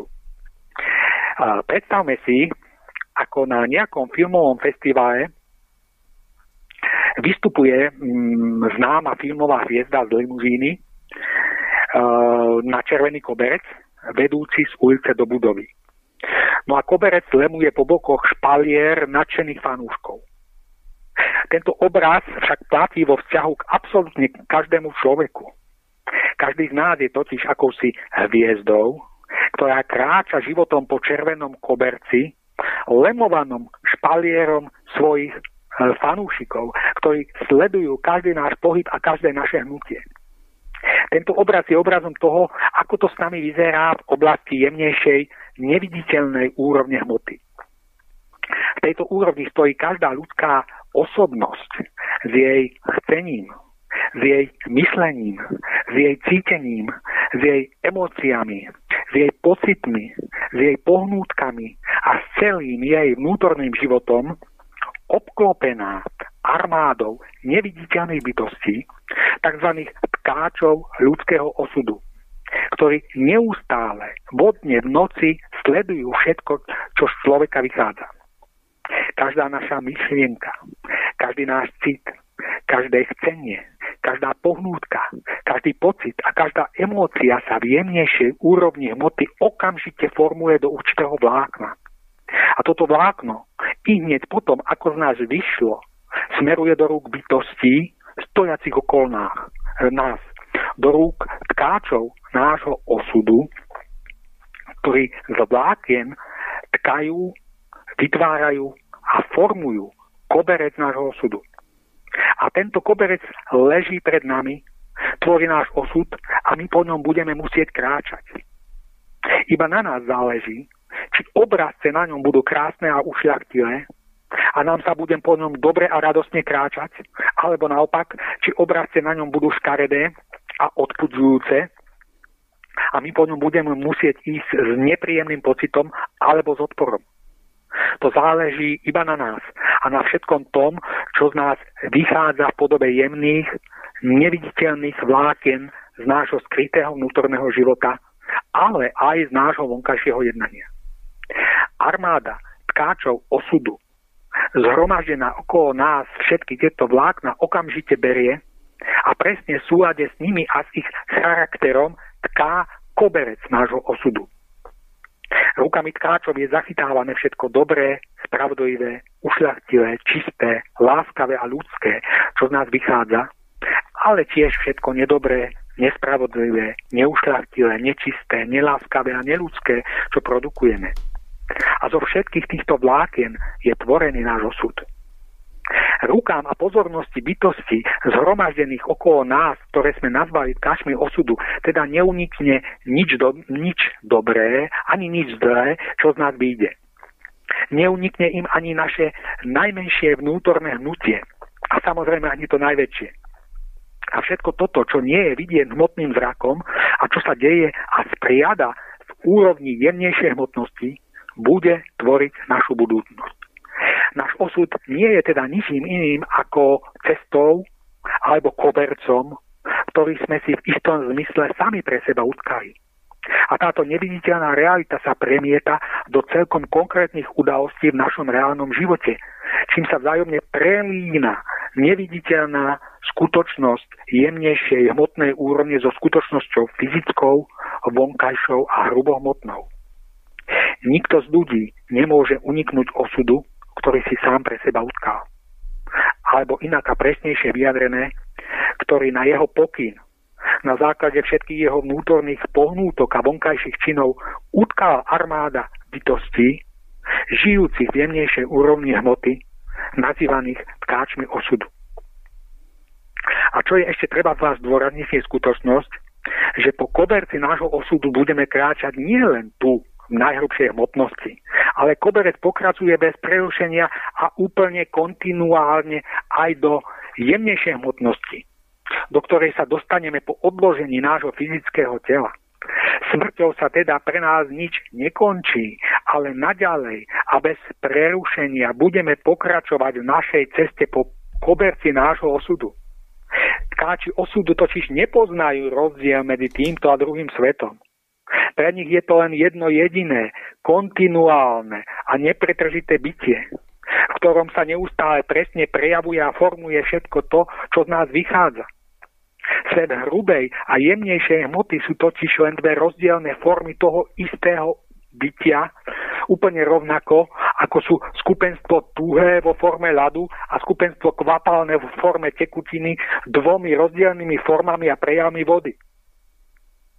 Predstavme si, ako na nejakom filmovom festivale vystupuje známa filmová hviezda z limuzíny na červený koberec, vedúci z ulice do budovy. No a koberec lemuje po bokoch špalier nadšených fanúškov. Tento obraz však platí vo vzťahu k absolútne každému človeku. Každý z nás je totiž akousi hviezdou, ktorá kráča životom po červenom koberci lemovanom špalierom svojich fanúšikov, ktorí sledujú každý náš pohyb a každé naše hnutie. Tento obraz je obrazom toho, ako to s nami vyzerá v oblasti jemnejšej, neviditeľnej úrovne hmoty. V tejto úrovni stojí každá ľudská osobnosť s jej chcením, s jej myslením, s jej cítením, s jej emóciami, s jej pocitmi, s jej pohnútkami a s celým jej vnútorným životom, obklopená armádou neviditeľných bytostí, tzv. Tkáčov ľudského osudu, ktorí neustále vodne v noci sledujú všetko, čo z človeka vychádza. Každá naša myšlienka, každý náš cit, každé chcenie, každá pohnútka, každý pocit a každá emócia sa v jemnejšej úrovni hmoty okamžite formuje do určitého vlákna. A toto vlákno i hneď potom, ako z nás vyšlo, smeruje do rúk bytostí stojacich okolo nás, do rúk tkáčov nášho osudu, ktorí z vlákien tkajú, vytvárajú a formujú koberec nášho osudu. A tento koberec leží pred nami, tvorí náš osud a my po ňom budeme musieť kráčať. Iba na nás záleží, či obrazce na ňom budú krásne a ušľachtilé a nám sa budem po ňom dobre a radostne kráčať, alebo naopak, či obrazce na ňom budú škaredé a odpudzujúce a my po ňom budeme musieť ísť s nepríjemným pocitom alebo s odporom. To záleží iba na nás a na všetkom tom, čo z nás vychádza v podobe jemných, neviditeľných vlákien z nášho skrytého vnútorného života, ale aj z nášho vonkajšieho jednania. Armáda tkáčov osudu, zhromaždená okolo nás, všetky tieto vlákna okamžite berie a presne v súlade s nimi a s ich charakterom tká koberec nášho osudu. Rukami tkáčov je zachytávané všetko dobré, spravodlivé, ušľachtilé, čisté, láskavé a ľudské, čo z nás vychádza, ale tiež všetko nedobré, nespravodlivé, neušľachtilé, nečisté, neláskavé a neľudské, čo produkujeme. A zo všetkých týchto vlákien je tvorený náš osud. Rukám a pozornosti bytosti zhromaždených okolo nás, ktoré sme nazvali tkáčmi osudu, teda neunikne nič dobré, ani nič zlé, čo z nás vyjde. Neunikne im ani naše najmenšie vnútorné hnutie a samozrejme ani to najväčšie. A všetko toto, čo nie je vidieť hmotným zrakom a čo sa deje a spriada v úrovni jemnejšej hmotnosti, bude tvoriť našu budúcnosť. Náš osud nie je teda ničím iným ako cestou alebo kobercom, ktorý sme si v istom zmysle sami pre seba utkali. A táto neviditeľná realita sa premieta do celkom konkrétnych udalostí v našom reálnom živote, čím sa vzájomne prelína neviditeľná skutočnosť jemnejšej hmotnej úrovne so skutočnosťou fyzickou, vonkajšou a hrubohmotnou. Nikto z ľudí nemôže uniknúť osudu, ktorý si sám pre seba utkal. Alebo inak a presnejšie vyjadrené, ktorý na jeho pokyn, na základe všetkých jeho vnútorných pohnútok a vonkajších činov utkala armáda bytostí, žijúcich v jemnejšej úrovni hmoty, nazývaných tkáčmi osudu. A čo je ešte treba z vás zdôrazniť, je skutočnosť, že po koberci nášho osudu budeme kráčať nielen tu, v najhrubšej hmotnosti, ale koberec pokračuje bez prerušenia a úplne kontinuálne aj do jemnejšej hmotnosti, do ktorej sa dostaneme po odložení nášho fyzického tela. Smrťou sa teda pre nás nič nekončí, ale naďalej a bez prerušenia budeme pokračovať v našej ceste po koberci nášho osudu. Tkáči osudu totiž nepoznajú rozdiel medzi týmto a druhým svetom. Pre nich je to len jedno jediné, kontinuálne a nepretržité bytie, v ktorom sa neustále presne prejavuje a formuje všetko to, čo z nás vychádza. Svet hrubej a jemnejšej hmoty sú totiž len dve rozdielne formy toho istého bytia, úplne rovnako, ako sú skupenstvo tuhé vo forme ľadu a skupenstvo kvapalné vo forme tekutiny dvomi rozdielnymi formami a prejavmi vody.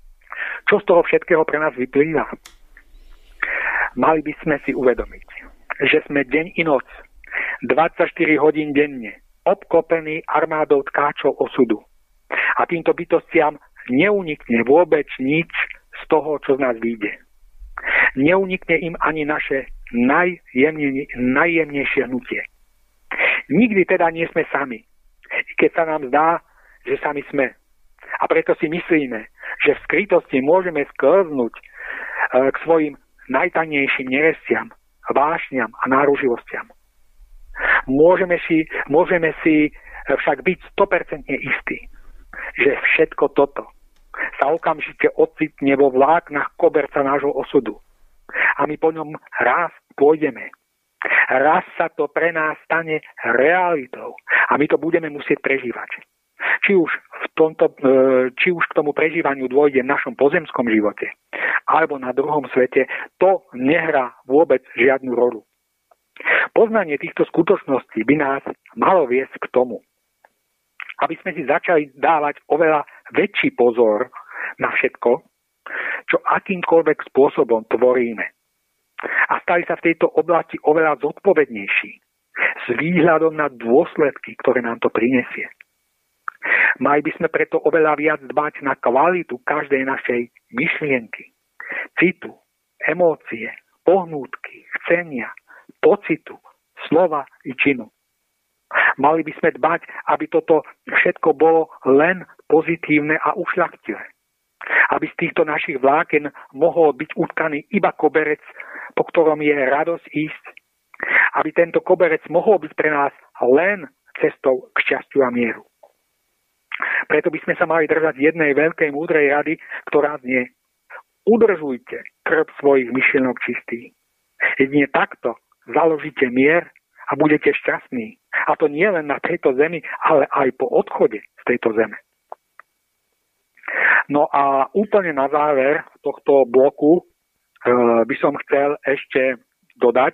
Čo z toho všetkého pre nás vyplýva? Mali by sme si uvedomiť, že sme deň i noc, 24 hodín denne, obklopení armádou tkáčov osudu. A týmto bytostiam neunikne vôbec nič z toho, čo z nás vyjde. Neunikne im ani naše najjemnejšie hnutie. Nikdy teda nie sme sami, keď sa nám zdá, že sami sme. A preto si myslíme, že v skrytosti môžeme sklznúť k svojim najtajnejším nerestiam, vášňam a náruživostiam. Môžeme si však byť 100% istí, že všetko toto sa okamžite ocitne vo vláknach koberca nášho osudu. A my po ňom raz pôjdeme. Raz sa to pre nás stane realitou a my to budeme musieť prežívať. Či už k tomu prežívaniu dôjde v našom pozemskom živote alebo na druhom svete, to nehrá vôbec žiadnu rolu. Poznanie týchto skutočností by nás malo viesť k tomu, aby sme si začali dávať oveľa väčší pozor na všetko, čo akýmkoľvek spôsobom tvoríme. A stali sa v tejto oblasti oveľa zodpovednejší s výhľadom na dôsledky, ktoré nám to prinesie. Mali by sme preto oveľa viac dbať na kvalitu každej našej myšlienky, citu, emócie, pohnútky, chcenia, pocitu, slova i činu. Mali by sme dbať, aby toto všetko bolo len pozitívne a ušľachtivé. Aby z týchto našich vláken mohol byť utkaný iba koberec, po ktorom je radosť ísť. Aby tento koberec mohol byť pre nás len cestou k šťastiu a mieru. Preto by sme sa mali držať jednej veľkej múdrej rady, ktorá znie: udržujte krb svojich myšlienok čistý. Jedine takto založíte mier a budete šťastní. A to nie len na tejto zemi, ale aj po odchode z tejto zeme. No a úplne na záver tohto bloku by som chcel ešte dodať,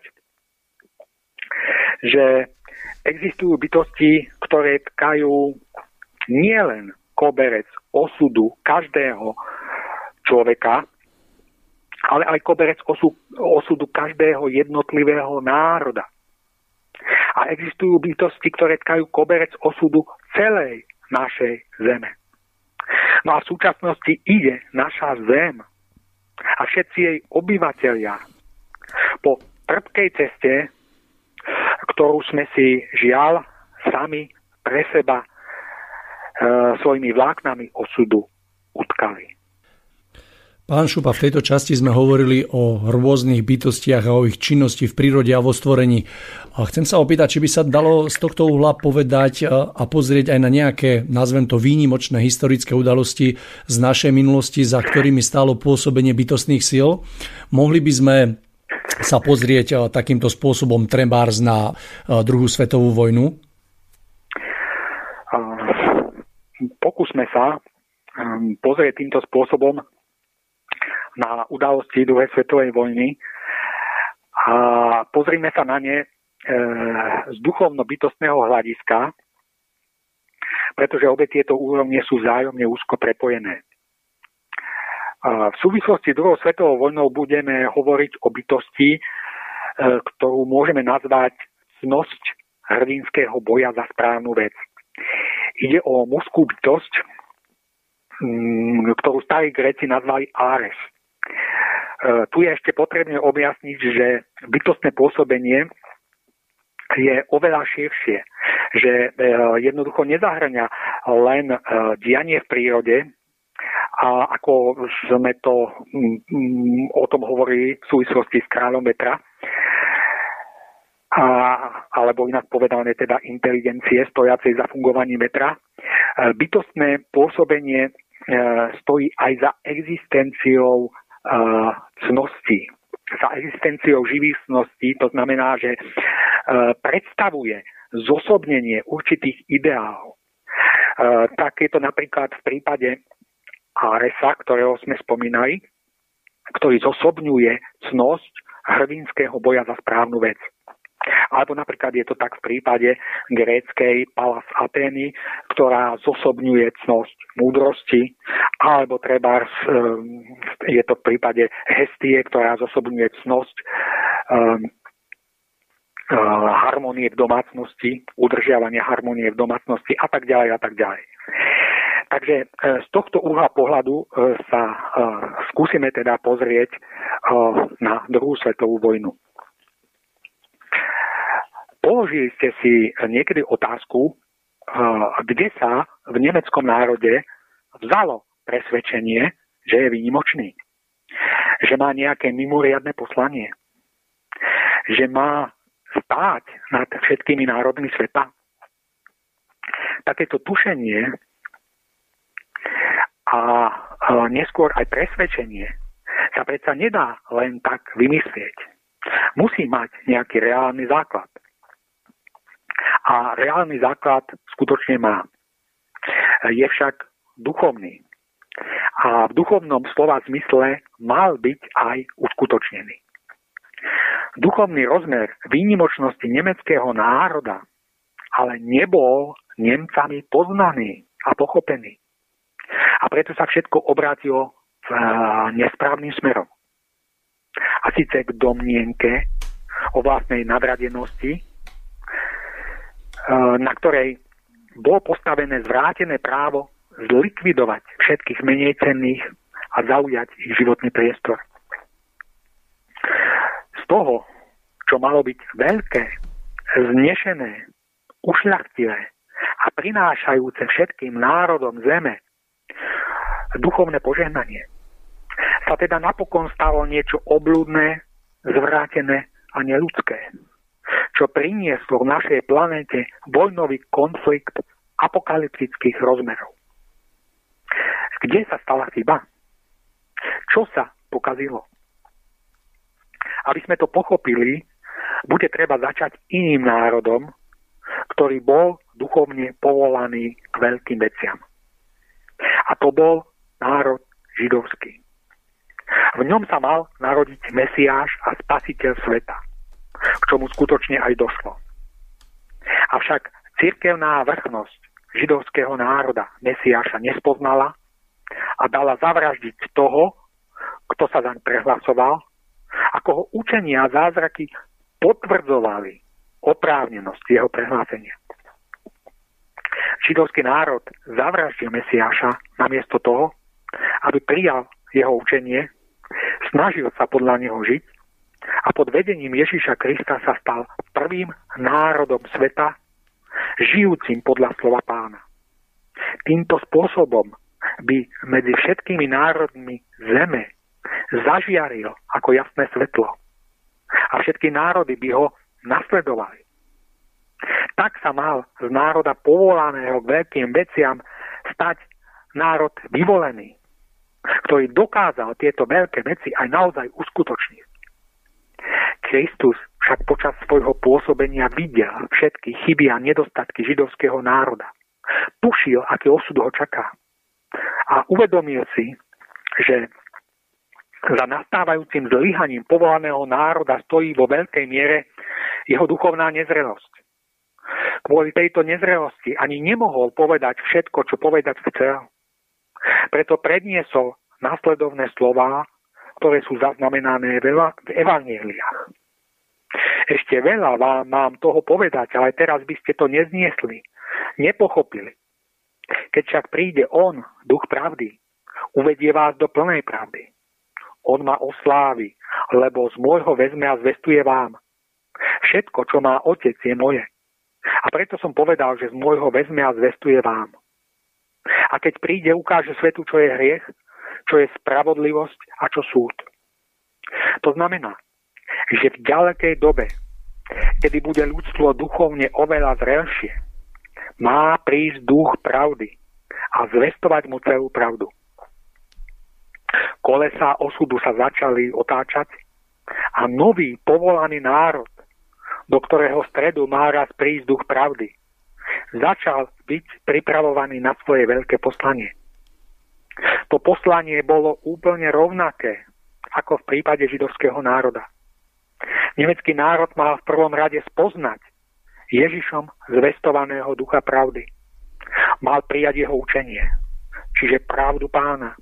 že existujú bytosti, ktoré tkajú nielen koberec osudu každého človeka, ale aj koberec osudu každého jednotlivého národa. A existujú bytosti, ktoré tkajú koberec osudu celej našej zeme. No a v súčasnosti ide naša zem a všetci jej obyvatelia po trpkej ceste, ktorú sme si žiaľ sami pre seba svojimi vláknami osudu utkali. Pán Šupa, v tejto časti sme hovorili o rôznych bytostiach a o ich činnosti v prírode a vo stvorení. A chcem sa opýtať, či by sa dalo z tohto uhla povedať a pozrieť aj na nejaké, nazvem to, výnimočné historické udalosti z našej minulosti, za ktorými stálo pôsobenie bytostných síl. Mohli by sme sa pozrieť takýmto spôsobom trebárs na druhú svetovú vojnu? Pokúsme sa pozrieť týmto spôsobom na udalosti druhej svetovej vojny a pozrime sa na ne z duchovno-bytostného hľadiska, pretože obe tieto úrovne sú vzájomne úzko prepojené. V súvislosti s druhou svetovou vojnou budeme hovoriť o bytosti, ktorú môžeme nazvať cnosť hrdinského boja za správnu vec. Ide o mužskú bytosť, ktorú starí Gréci nazvali Ares. Tu je ešte potrebné objasniť, že bytostné pôsobenie je oveľa širšie, že jednoducho nezahŕňa len dianie v prírode, a ako sme to o tom hovorili v súvislosti s kráľom vetra, alebo inak povedané teda inteligencie stojacej za fungovaním vetra. Bytostné pôsobenie stojí aj za existenciou cností, za existenciou živých cností. To znamená, že predstavuje zosobnenie určitých ideálov. Tak je to napríklad v prípade Aresa, ktorého sme spomínali, ktorý zosobňuje cnosť hrdinského boja za správnu vec. Alebo napríklad je to tak v prípade gréckej Pallas Athény, ktorá zosobňuje cnosť múdrosti, alebo trebárs je to v prípade Hestie, ktorá zosobňuje cnosť harmonie v domácnosti, udržiavania harmonie v domácnosti a tak ďalej a tak ďalej. Takže z tohto uhla pohľadu sa skúsime teda pozrieť na druhú svetovú vojnu. Položili ste si niekedy otázku, kde sa v nemeckom národe vzalo presvedčenie, že je výnimočný, že má nejaké mimoriadne poslanie, že má stáť nad všetkými národmi sveta. Takéto tušenie a neskôr aj presvedčenie sa predsa nedá len tak vymyslieť. Musí mať nejaký reálny základ. A reálny základ skutočne má. Je však duchovný. A v duchovnom slova zmysle mal byť aj uskutočnený. Duchovný rozmer výnimočnosti nemeckého národa ale nebol Nemcami poznaný a pochopený. A preto sa všetko obrátilo nesprávnym smerom. A síce k domnienke o vlastnej nadradenosti, na ktorej bolo postavené zvrátené právo zlikvidovať všetkých menej cenných a zaujať ich životný priestor. Z toho, čo malo byť veľké, znešené, ušľachtivé a prinášajúce všetkým národom zeme duchovné požehnanie, sa teda napokon stalo niečo obľudné, zvrátené a neľudské, čo prinieslo v našej planete vojnový konflikt apokalyptických rozmerov. Kde sa stala chyba? Čo sa pokazilo? Aby sme to pochopili, bude treba začať iným národom, ktorý bol duchovne povolaný k veľkým veciam. A to bol národ židovský. V ňom sa mal narodiť Mesiáš a spasiteľ sveta, k čomu skutočne aj došlo. Avšak cirkevná vrchnosť židovského národa Mesiáša nespoznala a dala zavraždiť toho, kto sa zaň prehlasoval, ako ho učenia a zázraky potvrdzovali oprávnenosť jeho prehlásenia. Židovský národ zavraždil Mesiáša namiesto toho, aby prijal jeho učenie, snažil sa podľa neho žiť a pod vedením Ježiša Krista sa stal prvým národom sveta, žijúcim podľa slova Pána. Týmto spôsobom by medzi všetkými národmi zeme zažiaril ako jasné svetlo a všetky národy by ho nasledovali. Tak sa mal z národa povolaného k veľkým veciam stať národ vyvolený, ktorý dokázal tieto veľké veci aj naozaj uskutočniť. Kristus však počas svojho pôsobenia videl všetky chyby a nedostatky židovského národa. Tušil, aký osud ho čaká. A uvedomil si, že za nastávajúcim zlyhaním povolaného národa stojí vo veľkej miere jeho duchovná nezrelosť. Kvôli tejto nezrelosti ani nemohol povedať všetko, čo povedať chcel. Preto predniesol následovné slová, ktoré sú zaznamenané v evanjeliách. Ešte veľa vám mám toho povedať, ale teraz by ste to nezniesli, nepochopili. Keď však príde on, duch pravdy, uvedie vás do plnej pravdy. On ma oslávi, lebo z môjho vezme a zvestuje vám. Všetko, čo má Otec, je moje. A preto som povedal, že z môjho vezme a zvestuje vám. A keď príde, ukáže svetu, čo je hriech, čo je spravodlivosť a čo súd. To znamená, že v ďalekej dobe, kedy bude ľudstvo duchovne oveľa zrelšie, má prísť duch pravdy a zvestovať mu celú pravdu. Kolesá osudu sa začali otáčať a nový povolaný národ, do ktorého stredu má raz prísť duch pravdy, začal byť pripravovaný na svoje veľké poslanie. To poslanie bolo úplne rovnaké ako v prípade židovského národa. Nemecký národ mal v prvom rade spoznať Ježišom zvestovaného ducha pravdy. Mal prijať jeho učenie, čiže pravdu Pána,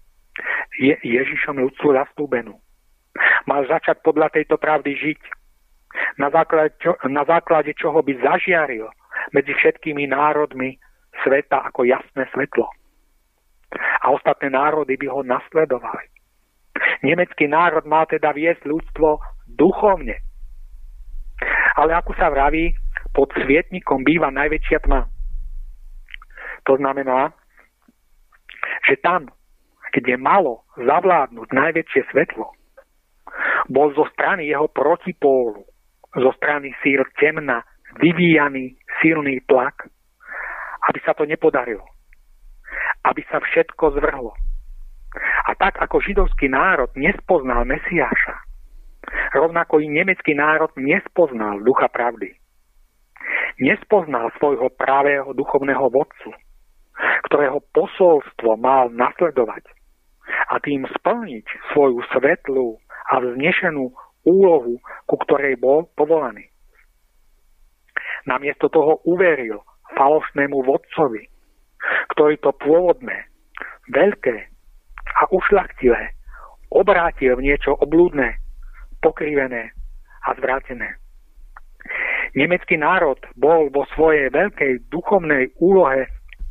Ježišom ľudstvu zastúbenú. Mal začať podľa tejto pravdy žiť. na základe čoho by zažiaril medzi všetkými národmi sveta ako jasné svetlo. A ostatné národy by ho nasledovali. Nemecký národ mal teda viesť ľudstvo duchovne. Ale ako sa vraví, pod svietnikom býva najväčšia tma. To znamená, že tam, kde malo zavládnuť najväčšie svetlo, bol zo strany jeho protipólu, zo strany síl temna, vyvíjaný silný tlak, aby sa to nepodarilo. Aby sa všetko zvrhlo. A tak ako židovský národ nespoznal Mesiáša, rovnako i nemecký národ nespoznal ducha pravdy. Nespoznal svojho pravého duchovného vodcu, ktorého posolstvo mal nasledovať a tým splniť svoju svetlú a vznešenú úlohu, ku ktorej bol povolaný. Namiesto toho uveril falošnému vodcovi, ktorý to pôvodné, veľké a ušľachtilé obrátil v niečo oblúdne, pokrivené a zvrátené. Nemecký národ bol vo svojej veľkej duchovnej úlohe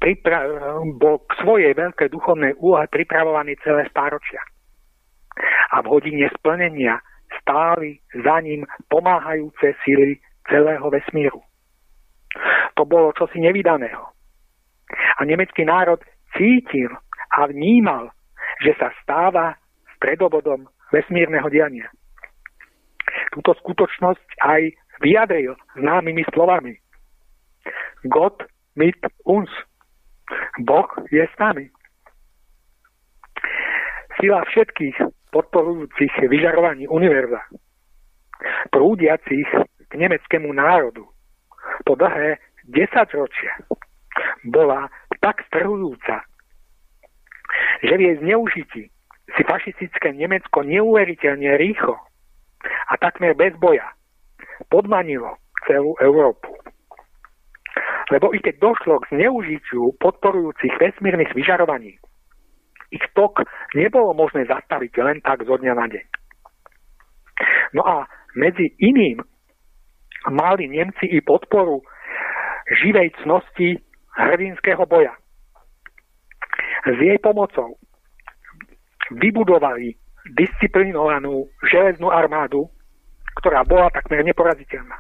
pripravovaný celé stáročia. A v hodine splnenia stáli za ním pomáhajúce sily celého vesmíru. To bolo čosi nevydaného. A nemecký národ cítil a vnímal, že sa stáva stredobodom vesmírneho diania. Túto skutočnosť aj vyjadril známymi slovami. Gott mit uns. Boh je s nami. Sila všetkých podporujúcich vyžarovaní univerza, prúdiacich k nemeckému národu po dlhé 10 ročia, bola tak strhujúca, že v jej zneužití si fašistické Nemecko neuveriteľne rýchlo a takmer bez boja podmanilo celú Európu. Lebo i keď došlo k zneužitiu podporujúcich vesmírnych vyžarovaní, ich tok nebolo možné zastaviť len tak zo dňa na deň. No a medzi iným mali Nemci i podporu živej cnosti hrdinského boja. S jej pomocou vybudovali disciplinovanú železnú armádu, ktorá bola takmer neporaziteľná.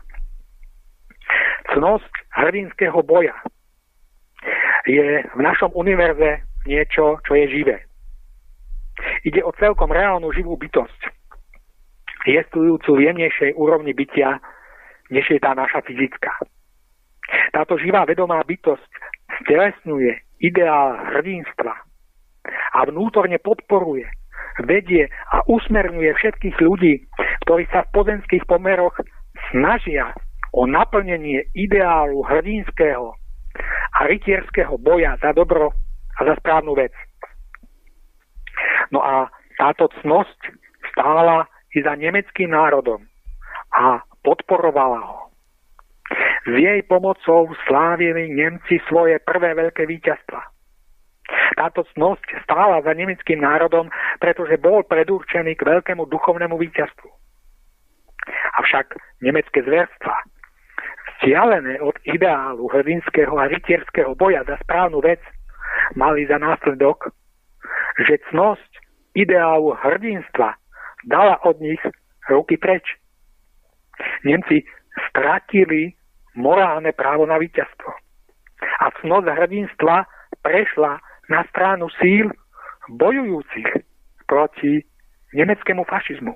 Cnosť hrdinského boja je v našom univerze niečo, čo je živé. Ide o celkom reálnu živú bytosť, jestvujúcu v jemnejšej úrovni bytia, než je tá naša fyzická. Táto živá vedomá bytosť stelesňuje ideál hrdinstva a vnútorne podporuje, vedie a usmerňuje všetkých ľudí, ktorí sa v pozemských pomeroch snažia o naplnenie ideálu hrdinského a rytierského boja za dobro a za správnu vec. No a táto cnosť stála i za nemeckým národom a podporovala ho. S jej pomocou slávili Nemci svoje prvé veľké víťazstva. Táto cnosť stála za nemeckým národom, pretože bol predurčený k veľkému duchovnému víťazstvu. Avšak nemecké zverstvá, vzdialené od ideálu hrdinského a rytierského boja za správnu vec, mali za následok, že cnosť ideálu hrdinstva dala od nich ruky preč. Nemci stratili morálne právo na víťazstvo. A cnosť hrdinstva prešla na stranu síl bojujúcich proti nemeckému fašizmu.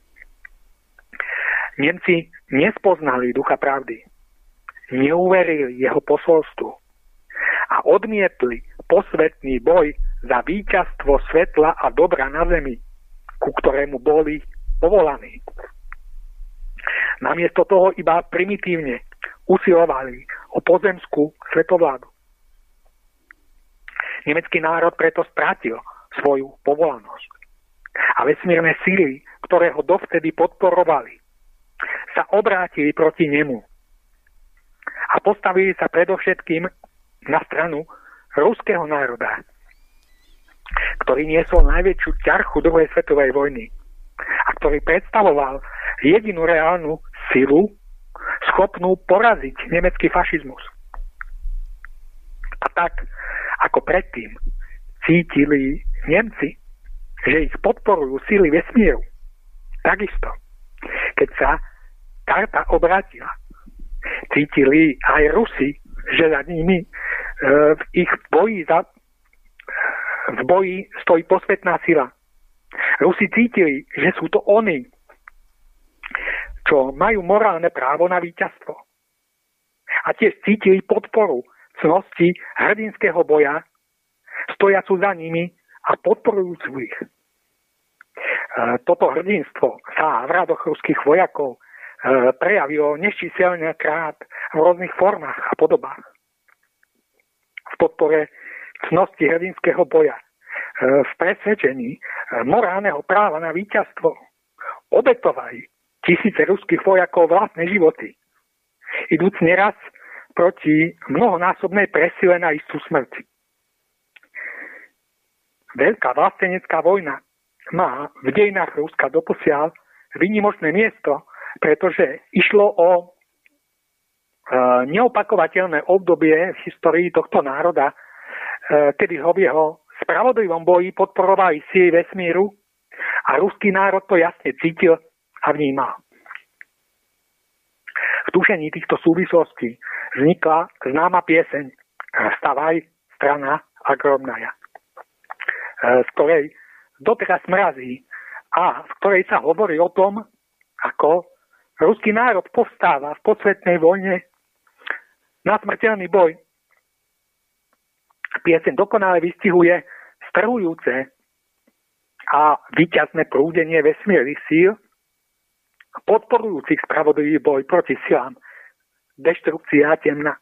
Nemci nespoznali ducha pravdy, neuverili jeho posolstvu a odmietli posvetný boj za víťazstvo svetla a dobra na zemi, ku ktorému boli povolaní. Namiesto toho iba primitívne usilovali o pozemskú svetovládu. Nemecký národ preto stratil svoju povolanosť. A vesmírne síly, ktoré ho dovtedy podporovali, sa obrátili proti nemu a postavili sa predovšetkým na stranu ruského národa, ktorý niesol najväčšiu ťarchu druhej svetovej vojny a ktorý predstavoval jedinú reálnu silu schopnú poraziť nemecký fašizmus. A tak, ako predtým cítili Nemci, že ich podporujú síly vesmíru, takisto, keď sa karta obrátila, cítili aj Rusi, že za nimi v ich boji stojí posvetná sila. Rusi cítili, že sú to oni, čo majú morálne právo na víťazstvo. A tiež cítili podporu cnosti hrdinského boja, stojacu za nimi a podporujúcu ich. Toto hrdinstvo sa v radoch ruských vojakov prejavilo nesčíselne krát v rôznych formách a podobách. V podpore cnosti hrdinského boja, v presvedčení morálneho práva na víťazstvo obetovali tisíce ruských vojakov vlastné životy, idúc neraz proti mnohonásobnej presile na istú smrť. Veľká vlastenecká vojna má v dejinách Ruska doposiaľ výnimočné miesto, pretože išlo o neopakovateľné obdobie v histórii tohto národa, kedy ho v jeho spravodlivom boji podporovali síly vesmíru a ruský národ to jasne cítil a vnímal. V tušení týchto súvislostí vznikla známa pieseň Stavaj, strana agromnaja, z ktorej doteraz mrazí a v ktorej sa hovorí o tom, ako ruský národ povstáva v podsvetnej vojne na smrteľný boj. Pieseň dokonale vystihuje strhujúce a víťazné prúdenie vesmírnych síl, podporujúcich spravodlivý boj proti silám deštrukcia a temna.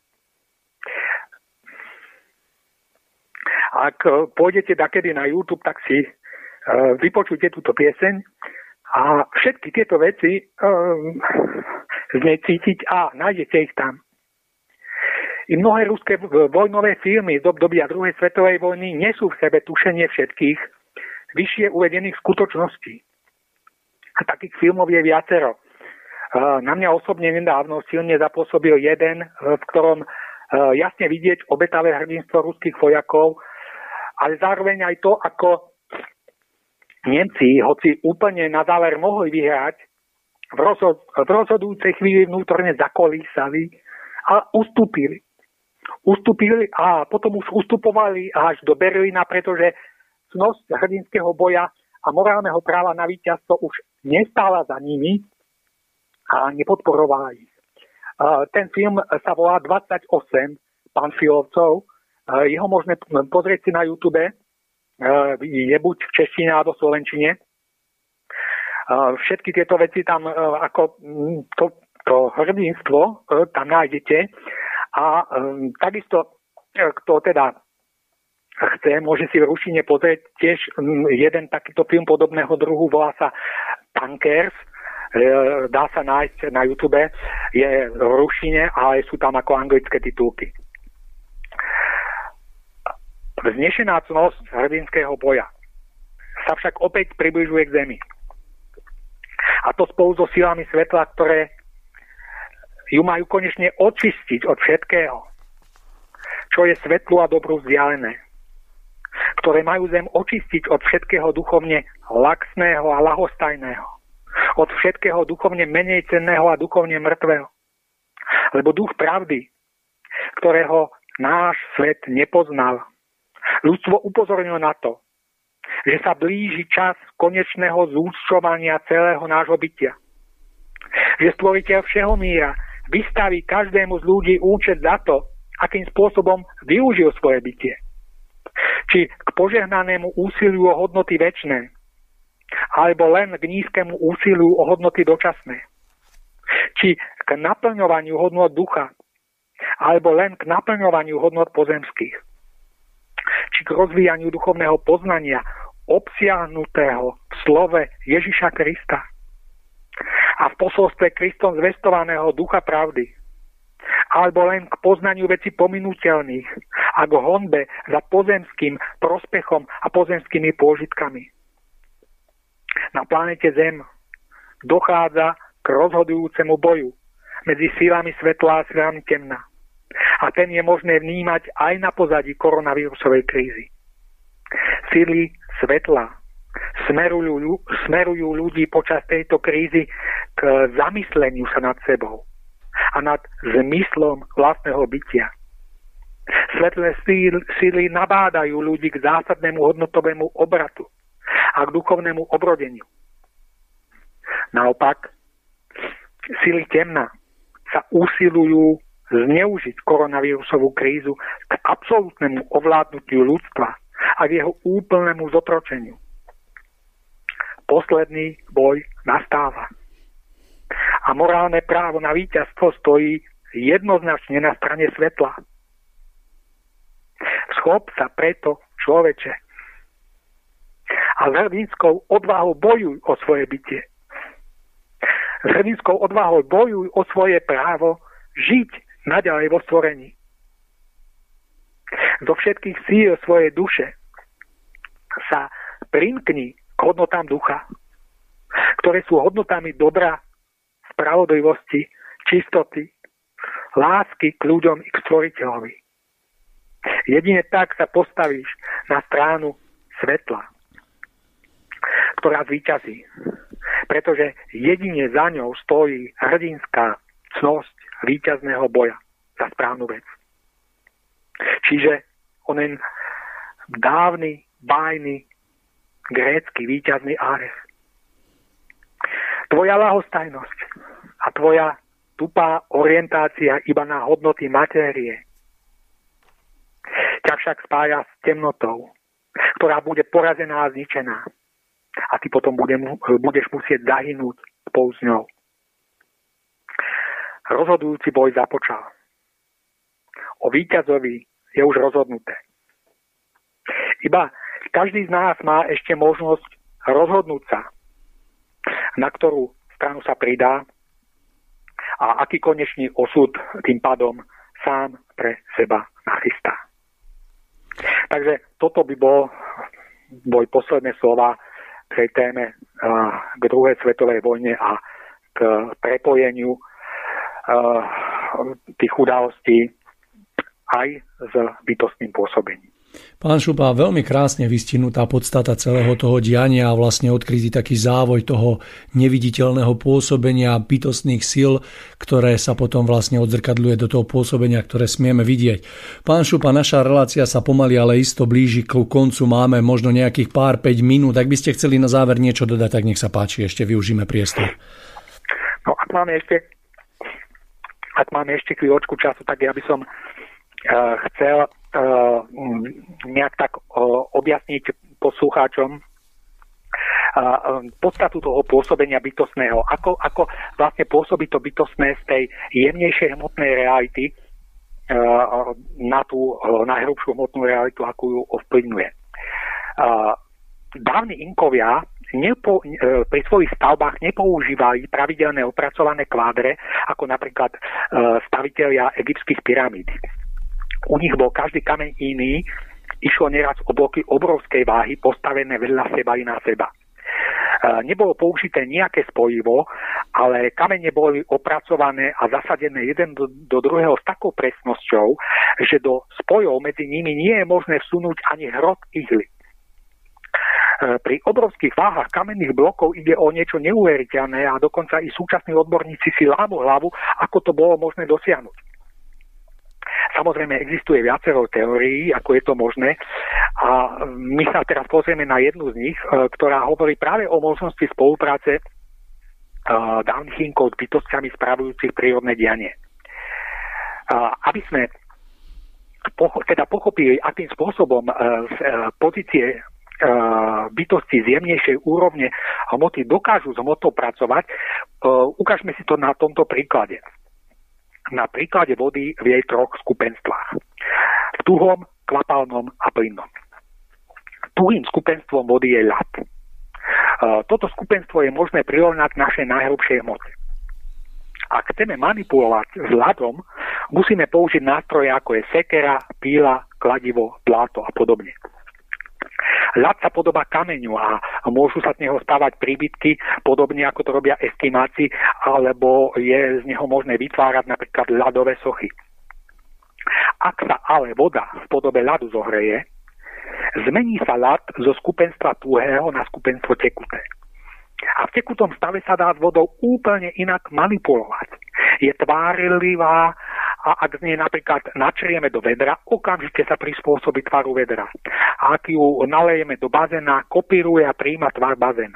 Ak pôjdete dakedy na YouTube, tak si vypočujte túto pieseň a všetky tieto veci z nej cítiť a nájdete ich tam. I mnohé ruské vojnové filmy z obdobia druhej svetovej vojny nesú v sebe tušenie všetkých vyššie uvedených skutočností. A takých filmov je viacero. Na mňa osobne nedávno silne zapôsobil jeden, v ktorom jasne vidieť obetavé hrdinstvo ruských vojakov, ale zároveň aj to, ako Nemci, hoci úplne na záver mohli vyhrať, v rozhodujúcej chvíli vnútorne zakolísali a ustúpili. Ustúpili a potom už ustupovali až do Berlína, pretože cnosť hrdinského boja a morálneho práva na víťazstvo už nestála za nimi a nepodporovala ich. Ten film sa volá 28 Panfilovcov. Jeho môžeme pozrieť si na YouTube. Je buď v češtine alebo v slovenčine. Všetky tieto veci tam, ako to hrdinstvo, tam nájdete. A takisto, kto teda chce, môže si v ruštine pozrieť tiež jeden takýto film podobného druhu, volá sa Tankers. Dá sa nájsť na YouTube, je v ruštine, ale sú tam ako anglické titulky. Vznešená cnosť hrdinského boja sa však opäť približuje k zemi. A to spolu so silami svetla, ktoré ju majú konečne očistiť od všetkého, čo je svetlu a dobru vzdialené. Ktoré majú zem očistiť od všetkého duchovne laxného a lahostajného. Od všetkého duchovne menej cenného a duchovne mŕtvého. Lebo duch pravdy, ktorého náš svet nepoznal, ľudstvo upozornilo na to, že sa blíži čas konečného zúčtovania celého nášho bytia. Že stvoriteľ všeho míra vystaví každému z ľudí účet za to, akým spôsobom využil svoje bytie. Či k požehnanému úsiliu o hodnoty večné, alebo len k nízkemu úsiliu o hodnoty dočasné. Či k naplňovaniu hodnot ducha, alebo len k naplňovaniu hodnot pozemských. Či k rozvíjaniu duchovného poznania obsiahnutého v slove Ježiša Krista a v posolstve Kristom zvestovaného ducha pravdy, alebo len k poznaniu veci pominuteľných a k honbe za pozemským prospechom a pozemskými pôžitkami. Na planete Zem dochádza k rozhodujúcemu boju medzi sílami svetla a sílami temna. A ten je možné vnímať aj na pozadí koronavírusovej krízy. Síly svetla smerujú ľudí počas tejto krízy k zamysleniu sa nad sebou a nad zmyslom vlastného bytia. Svetlé síly nabádajú ľudí k zásadnému hodnotovému obratu a k duchovnému obrodeniu. Naopak, síly temna sa usilujú zneužiť koronavírusovú krízu k absolútnemu ovládnutiu ľudstva a k jeho úplnému zotročeniu. Posledný boj nastáva. A morálne právo na víťazstvo stojí jednoznačne na strane svetla. Schop sa preto, človeče, a s hrdinskou odvahou bojuj o svoje bytie. S hrdinskou odvahou bojuj o svoje právo žiť naďalej vo stvorení. Zo všetkých síl svojej duše sa primkni k hodnotám ducha, ktoré sú hodnotami dobra, spravodlivosti, čistoty, lásky k ľuďom i k stvoriteľovi. Jedine tak sa postavíš na stranu svetla, ktorá zvíťazí, pretože jedine za ňou stojí hrdinská cnosť víťazného boja za správnu vec. Čiže onen dávny, bájny, grécky víťazný Ares. Tvoja ľahostajnosť a tvoja tupá orientácia iba na hodnoty matérie ťa však spája s temnotou, ktorá bude porazená a zničená. A ty potom budeš musieť zahynúť spolu s ňou. Rozhodujúci boj započal. O víťazovi je už rozhodnuté. Iba každý z nás má ešte možnosť rozhodnúť sa, na ktorú stranu sa pridá a aký konečný osud tým pádom sám pre seba nachystá. Takže toto by boli posledné slova k tej téme k druhej svetovej vojne a k prepojeniu tých udalostí aj s bytostným pôsobením. Pán Šupa, veľmi krásne vystihnutá podstata celého toho diania a vlastne odkrytý taký závoj toho neviditeľného pôsobenia bytostných síl, ktoré sa potom vlastne odzrkadľuje do toho pôsobenia, ktoré smieme vidieť. Pán Šupa, naša relácia sa pomaly, ale isto blíži k koncu. Máme možno nejakých 5 minút. Ak by ste chceli na záver niečo dodať, tak nech sa páči, ešte využíme priestor. No, ak máme ešte chvíľočku času, tak ja by som chcel nejak tak objasniť poslucháčom podstatu toho pôsobenia bytostného. Ako vlastne pôsobí to bytostné z tej jemnejšej hmotnej reality na tú najhrubšiu hmotnú realitu, akú ju ovplyvňuje. Dávni Inkovia pri svojich stavbách nepoužívali pravidelné opracované kvádre, ako napríklad stavitelia egyptských pyramíd. U nich bol každý kameň iný, išlo neraz o bloky obrovskej váhy postavené vedľa seba i na seba. Nebolo použité nejaké spojivo, ale kamene boli opracované a zasadené jeden do druhého s takou presnosťou, že do spojov medzi nimi nie je možné vsunúť ani hrot ihly. Pri obrovských váhach kamenných blokov ide o niečo neuveriteľné a dokonca i súčasní odborníci si lámu hlavu, ako to bolo možné dosiahnuť. Samozrejme, existuje viacero teórií, ako je to možné. A my sa teraz pozrieme na jednu z nich, ktorá hovorí práve o možnosti spolupráce dávnych Inkov s bytosťami spravujúcich prírodné dianie. Aby sme teda pochopili, akým spôsobom z pozície bytosti z jemnejšej úrovne hmoty dokážu s hmotou pracovať, ukážme si to na tomto príklade. Na príklade vody v jej troch skupenstvách. V tuhom, kvapalnom a plynnom. Tuhým skupenstvom vody je ľad. Toto skupenstvo je možné prirovnať k našej najhrubšej hmote. Ak chceme manipulovať s ľadom, musíme použiť nástroje ako je sekera, píla, kladivo, bláto a podobne. Ľad sa podobá kameňu a môžu sa z neho stavať príbytky, podobne ako to robia Eskimáci, alebo je z neho možné vytvárať napríklad ľadové sochy. Ak sa ale voda v podobe ľadu zohreje, zmení sa ľad zo skupenstva tuhého na skupenstvo tekuté. A v tekutom stave sa dá s vodou úplne inak manipulovať. Je tvárlivá a ak z nej napríklad načrieme do vedra, okamžite sa prispôsobí tvaru vedra. A ak ju nalejeme do bazéna, kopíruje a prijíma tvar bazéna.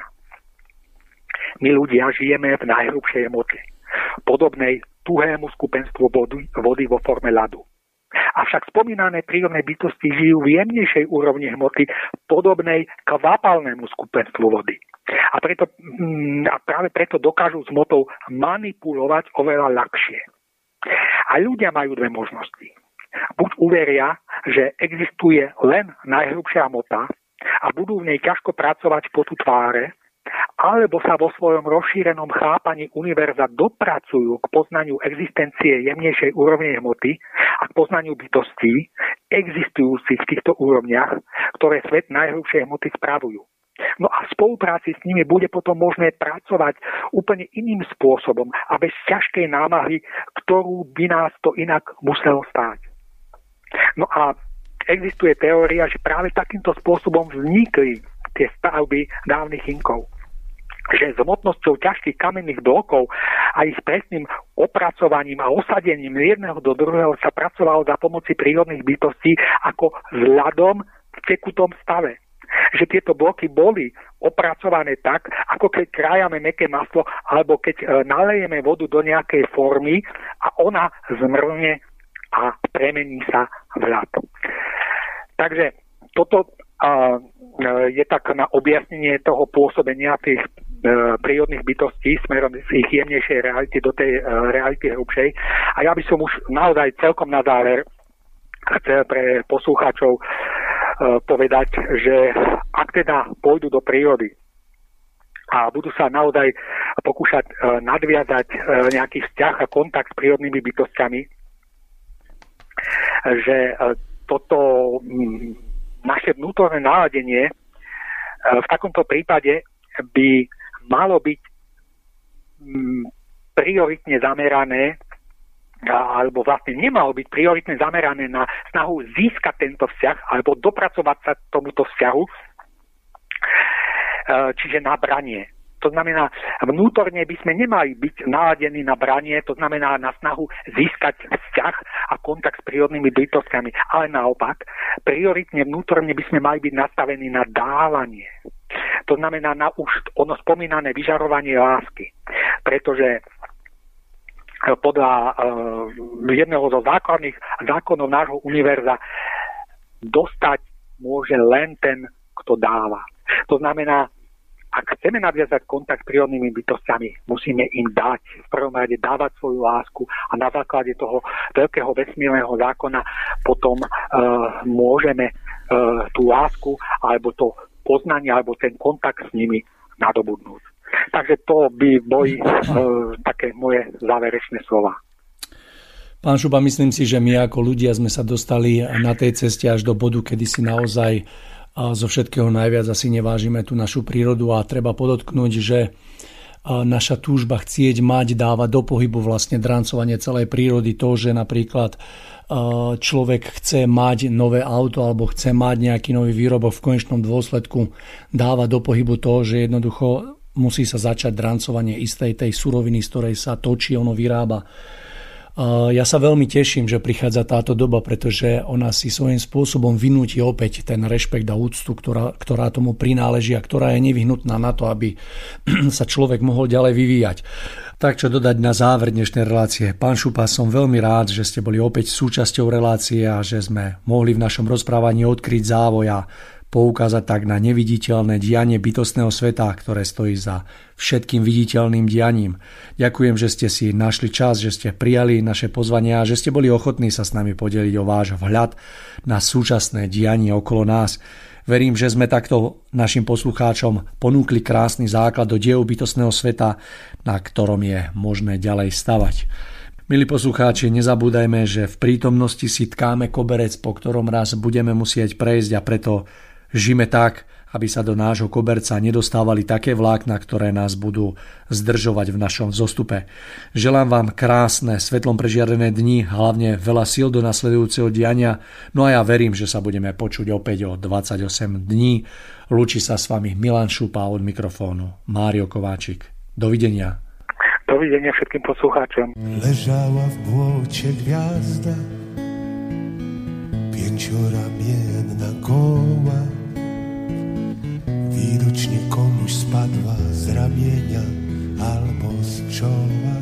My ľudia žijeme v najhrubšej moci, podobnej tuhému skupenstvu vody vo forme ľadu. Avšak spomínané prírodné bytosti žijú v jemnejšej úrovni hmoty, podobnej kvapalnému skupenstvu vody. A práve preto dokážu s hmotou manipulovať oveľa ľahšie. A ľudia majú dve možnosti. Buď uveria, že existuje len najhrubšia hmota a budú v nej ťažko pracovať potu tváre, alebo sa vo svojom rozšírenom chápaní univerza dopracujú k poznaniu existencie jemnejšej úrovne hmoty a k poznaniu bytostí existujúcich v týchto úrovniach, ktoré svet najhrubšej hmoty spravujú. No a v spolupráci s nimi bude potom možné pracovať úplne iným spôsobom a bez ťažkej námahy, ktorú by nás to inak muselo stáť. No a existuje teória, že práve takýmto spôsobom vznikli tie stavby dávnych Inkov. Že s hmotnosťou ťažkých kamenných blokov a ich presným opracovaním a osadením jedného do druhého sa pracovalo za pomoci prírodných bytostí ako s ľadom v tekutom stave. Že tieto bloky boli opracované tak, ako keď krájame mäkké maslo alebo keď nalejeme vodu do nejakej formy a ona zmrvne a premení sa v ľad. Takže toto je tak na objasnenie toho pôsobenia tých prírodných bytostí smerom z ich jemnejšej reality do tej reality hrubšej. A ja by som už naozaj celkom na záver chcel pre poslucháčov povedať, že ak teda pôjdu do prírody a budú sa naozaj pokúšať nadviazať nejaký vzťah a kontakt s prírodnými bytostiami, že toto naše vnútorné naladenie v takomto prípade by malo byť prioritne zamerané alebo vlastne nemalo byť prioritne zamerané na snahu získať tento vzťah alebo dopracovať sa k tomuto vzťahu, čiže na branie. To znamená, vnútorne by sme nemali byť naladení na branie, to znamená na snahu získať vzťah a kontakt s prírodnými bytostiami. Ale naopak, prioritne vnútorne by sme mali byť nastavení na dávanie. To znamená na už ono spomínané vyžarovanie lásky. Pretože podľa jedného zo základných zákonov nášho univerza dostať môže len ten, kto dáva. To znamená, ak chceme nadviazať kontakt s prírodnými bytostiami, musíme im dať, v prvom rade dávať svoju lásku a na základe toho veľkého vesmírneho zákona potom môžeme tú lásku alebo to poznanie alebo ten kontakt s nimi nadobudnúť. Takže to by boli také moje záverečné slova. Pán Šupa, myslím si, že my ako ľudia sme sa dostali na tej ceste až do bodu, kedy si naozaj zo všetkého najviac asi nevážime tú našu prírodu a treba podotknúť, že naša túžba chcieť mať dáva do pohybu vlastne drancovanie celej prírody. To, že napríklad človek chce mať nové auto alebo chce mať nejaký nový výrobok, v konečnom dôsledku dáva do pohybu to, že jednoducho musí sa začať drancovanie istej tej suroviny, z ktorej sa točí, ono vyrába. Ja sa veľmi teším, že prichádza táto doba, pretože ona si svojím spôsobom vynúti opäť ten rešpekt a úctu, ktorá tomu prináleží a ktorá je nevyhnutná na to, aby sa človek mohol ďalej vyvíjať. Tak čo dodať na záver dnešnej relácie. Pán Šupa, som veľmi rád, že ste boli opäť súčasťou relácie a že sme mohli v našom rozprávaní odkryť závoj a poukázať tak na neviditeľné dianie bytostného sveta, ktoré stojí za všetkým viditeľným dianím. Ďakujem, že ste si našli čas, že ste prijali naše pozvanie a že ste boli ochotní sa s nami podeliť o váš vhľad na súčasné dianie okolo nás. Verím, že sme takto našim poslucháčom ponúkli krásny základ do dejov bytostného sveta, na ktorom je možné ďalej stavať. Milí poslucháči, nezabúdajme, že v prítomnosti si tkáme koberec, po ktorom raz budeme musieť prejsť a preto Žime tak, aby sa do nášho koberca nedostávali také vlákna, ktoré nás budú zdržovať v našom vzostupe. Želám vám krásne, svetlom prežiarené dni, hlavne veľa síl do nasledujúceho diania, no a ja verím, že sa budeme počuť opäť o 28 dní. Lúči sa s vami Milan Šupa, od mikrofónu Mário Kováčik. Dovidenia. Dovidenia všetkým poslucháčom. Leżała w błocie gwiazda, pięcioramienna koła, widocznie komuś spadła z ramienia albo z czoła.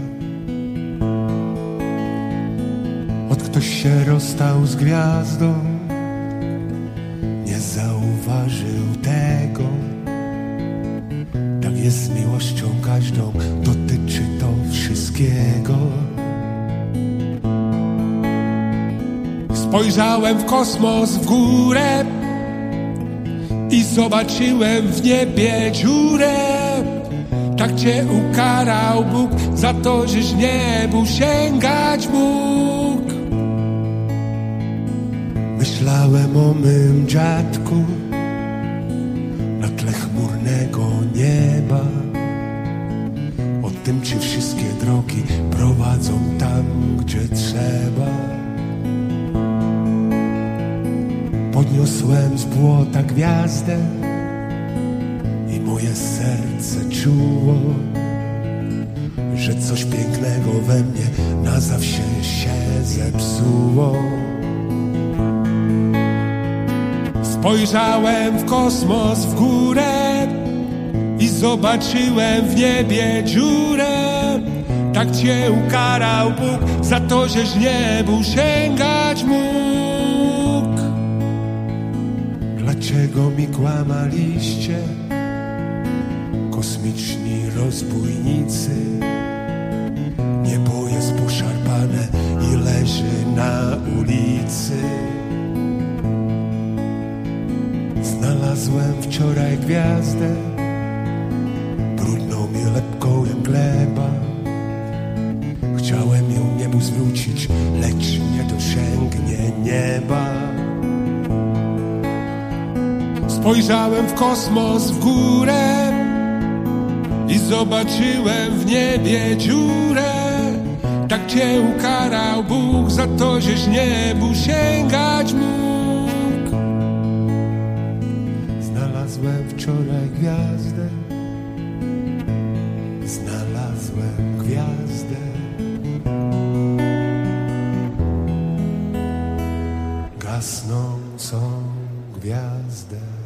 Od ktoś się rozstał z gwiazdą, nie zauważył tego. Tak jest z miłością każdą, dotyczy to wszystkiego. Spojrzałem w kosmos, w górę i zobaczyłem w niebie dziurę. Tak cię ukarał Bóg za to, żeś niebu sięgać mógł. Myślałem o mym dziadku na tle chmurnego nieba, o tym, czy wszystkie drogi prowadzą tam, gdzie trzeba. Podniosłem z błota gwiazdę i moje serce czuło, że coś pięknego we mnie na zawsze się zepsuło. Spojrzałem w kosmos, w górę i zobaczyłem w niebie dziurę. Tak cię ukarał Bóg za to, żeś niebu sięgać mógł. Dlaczego mi kłamaliście, kosmiczni rozbójnicy? Niebo jest poszarpane i leży na ulicy. Znalazłem wczoraj gwiazdę, brudną i lepką jak gleba. Chciałem ją niebu zwrócić, lecz nie dosięgnie nieba. Spojrzałem w kosmos, w górę i zobaczyłem w niebie dziurę. Tak cię ukarał Bóg za to, żeś niebu sięgać mógł. Znalazłem wczoraj gwiazdę, znalazłem gwiazdę. Gasnącą gwiazdę.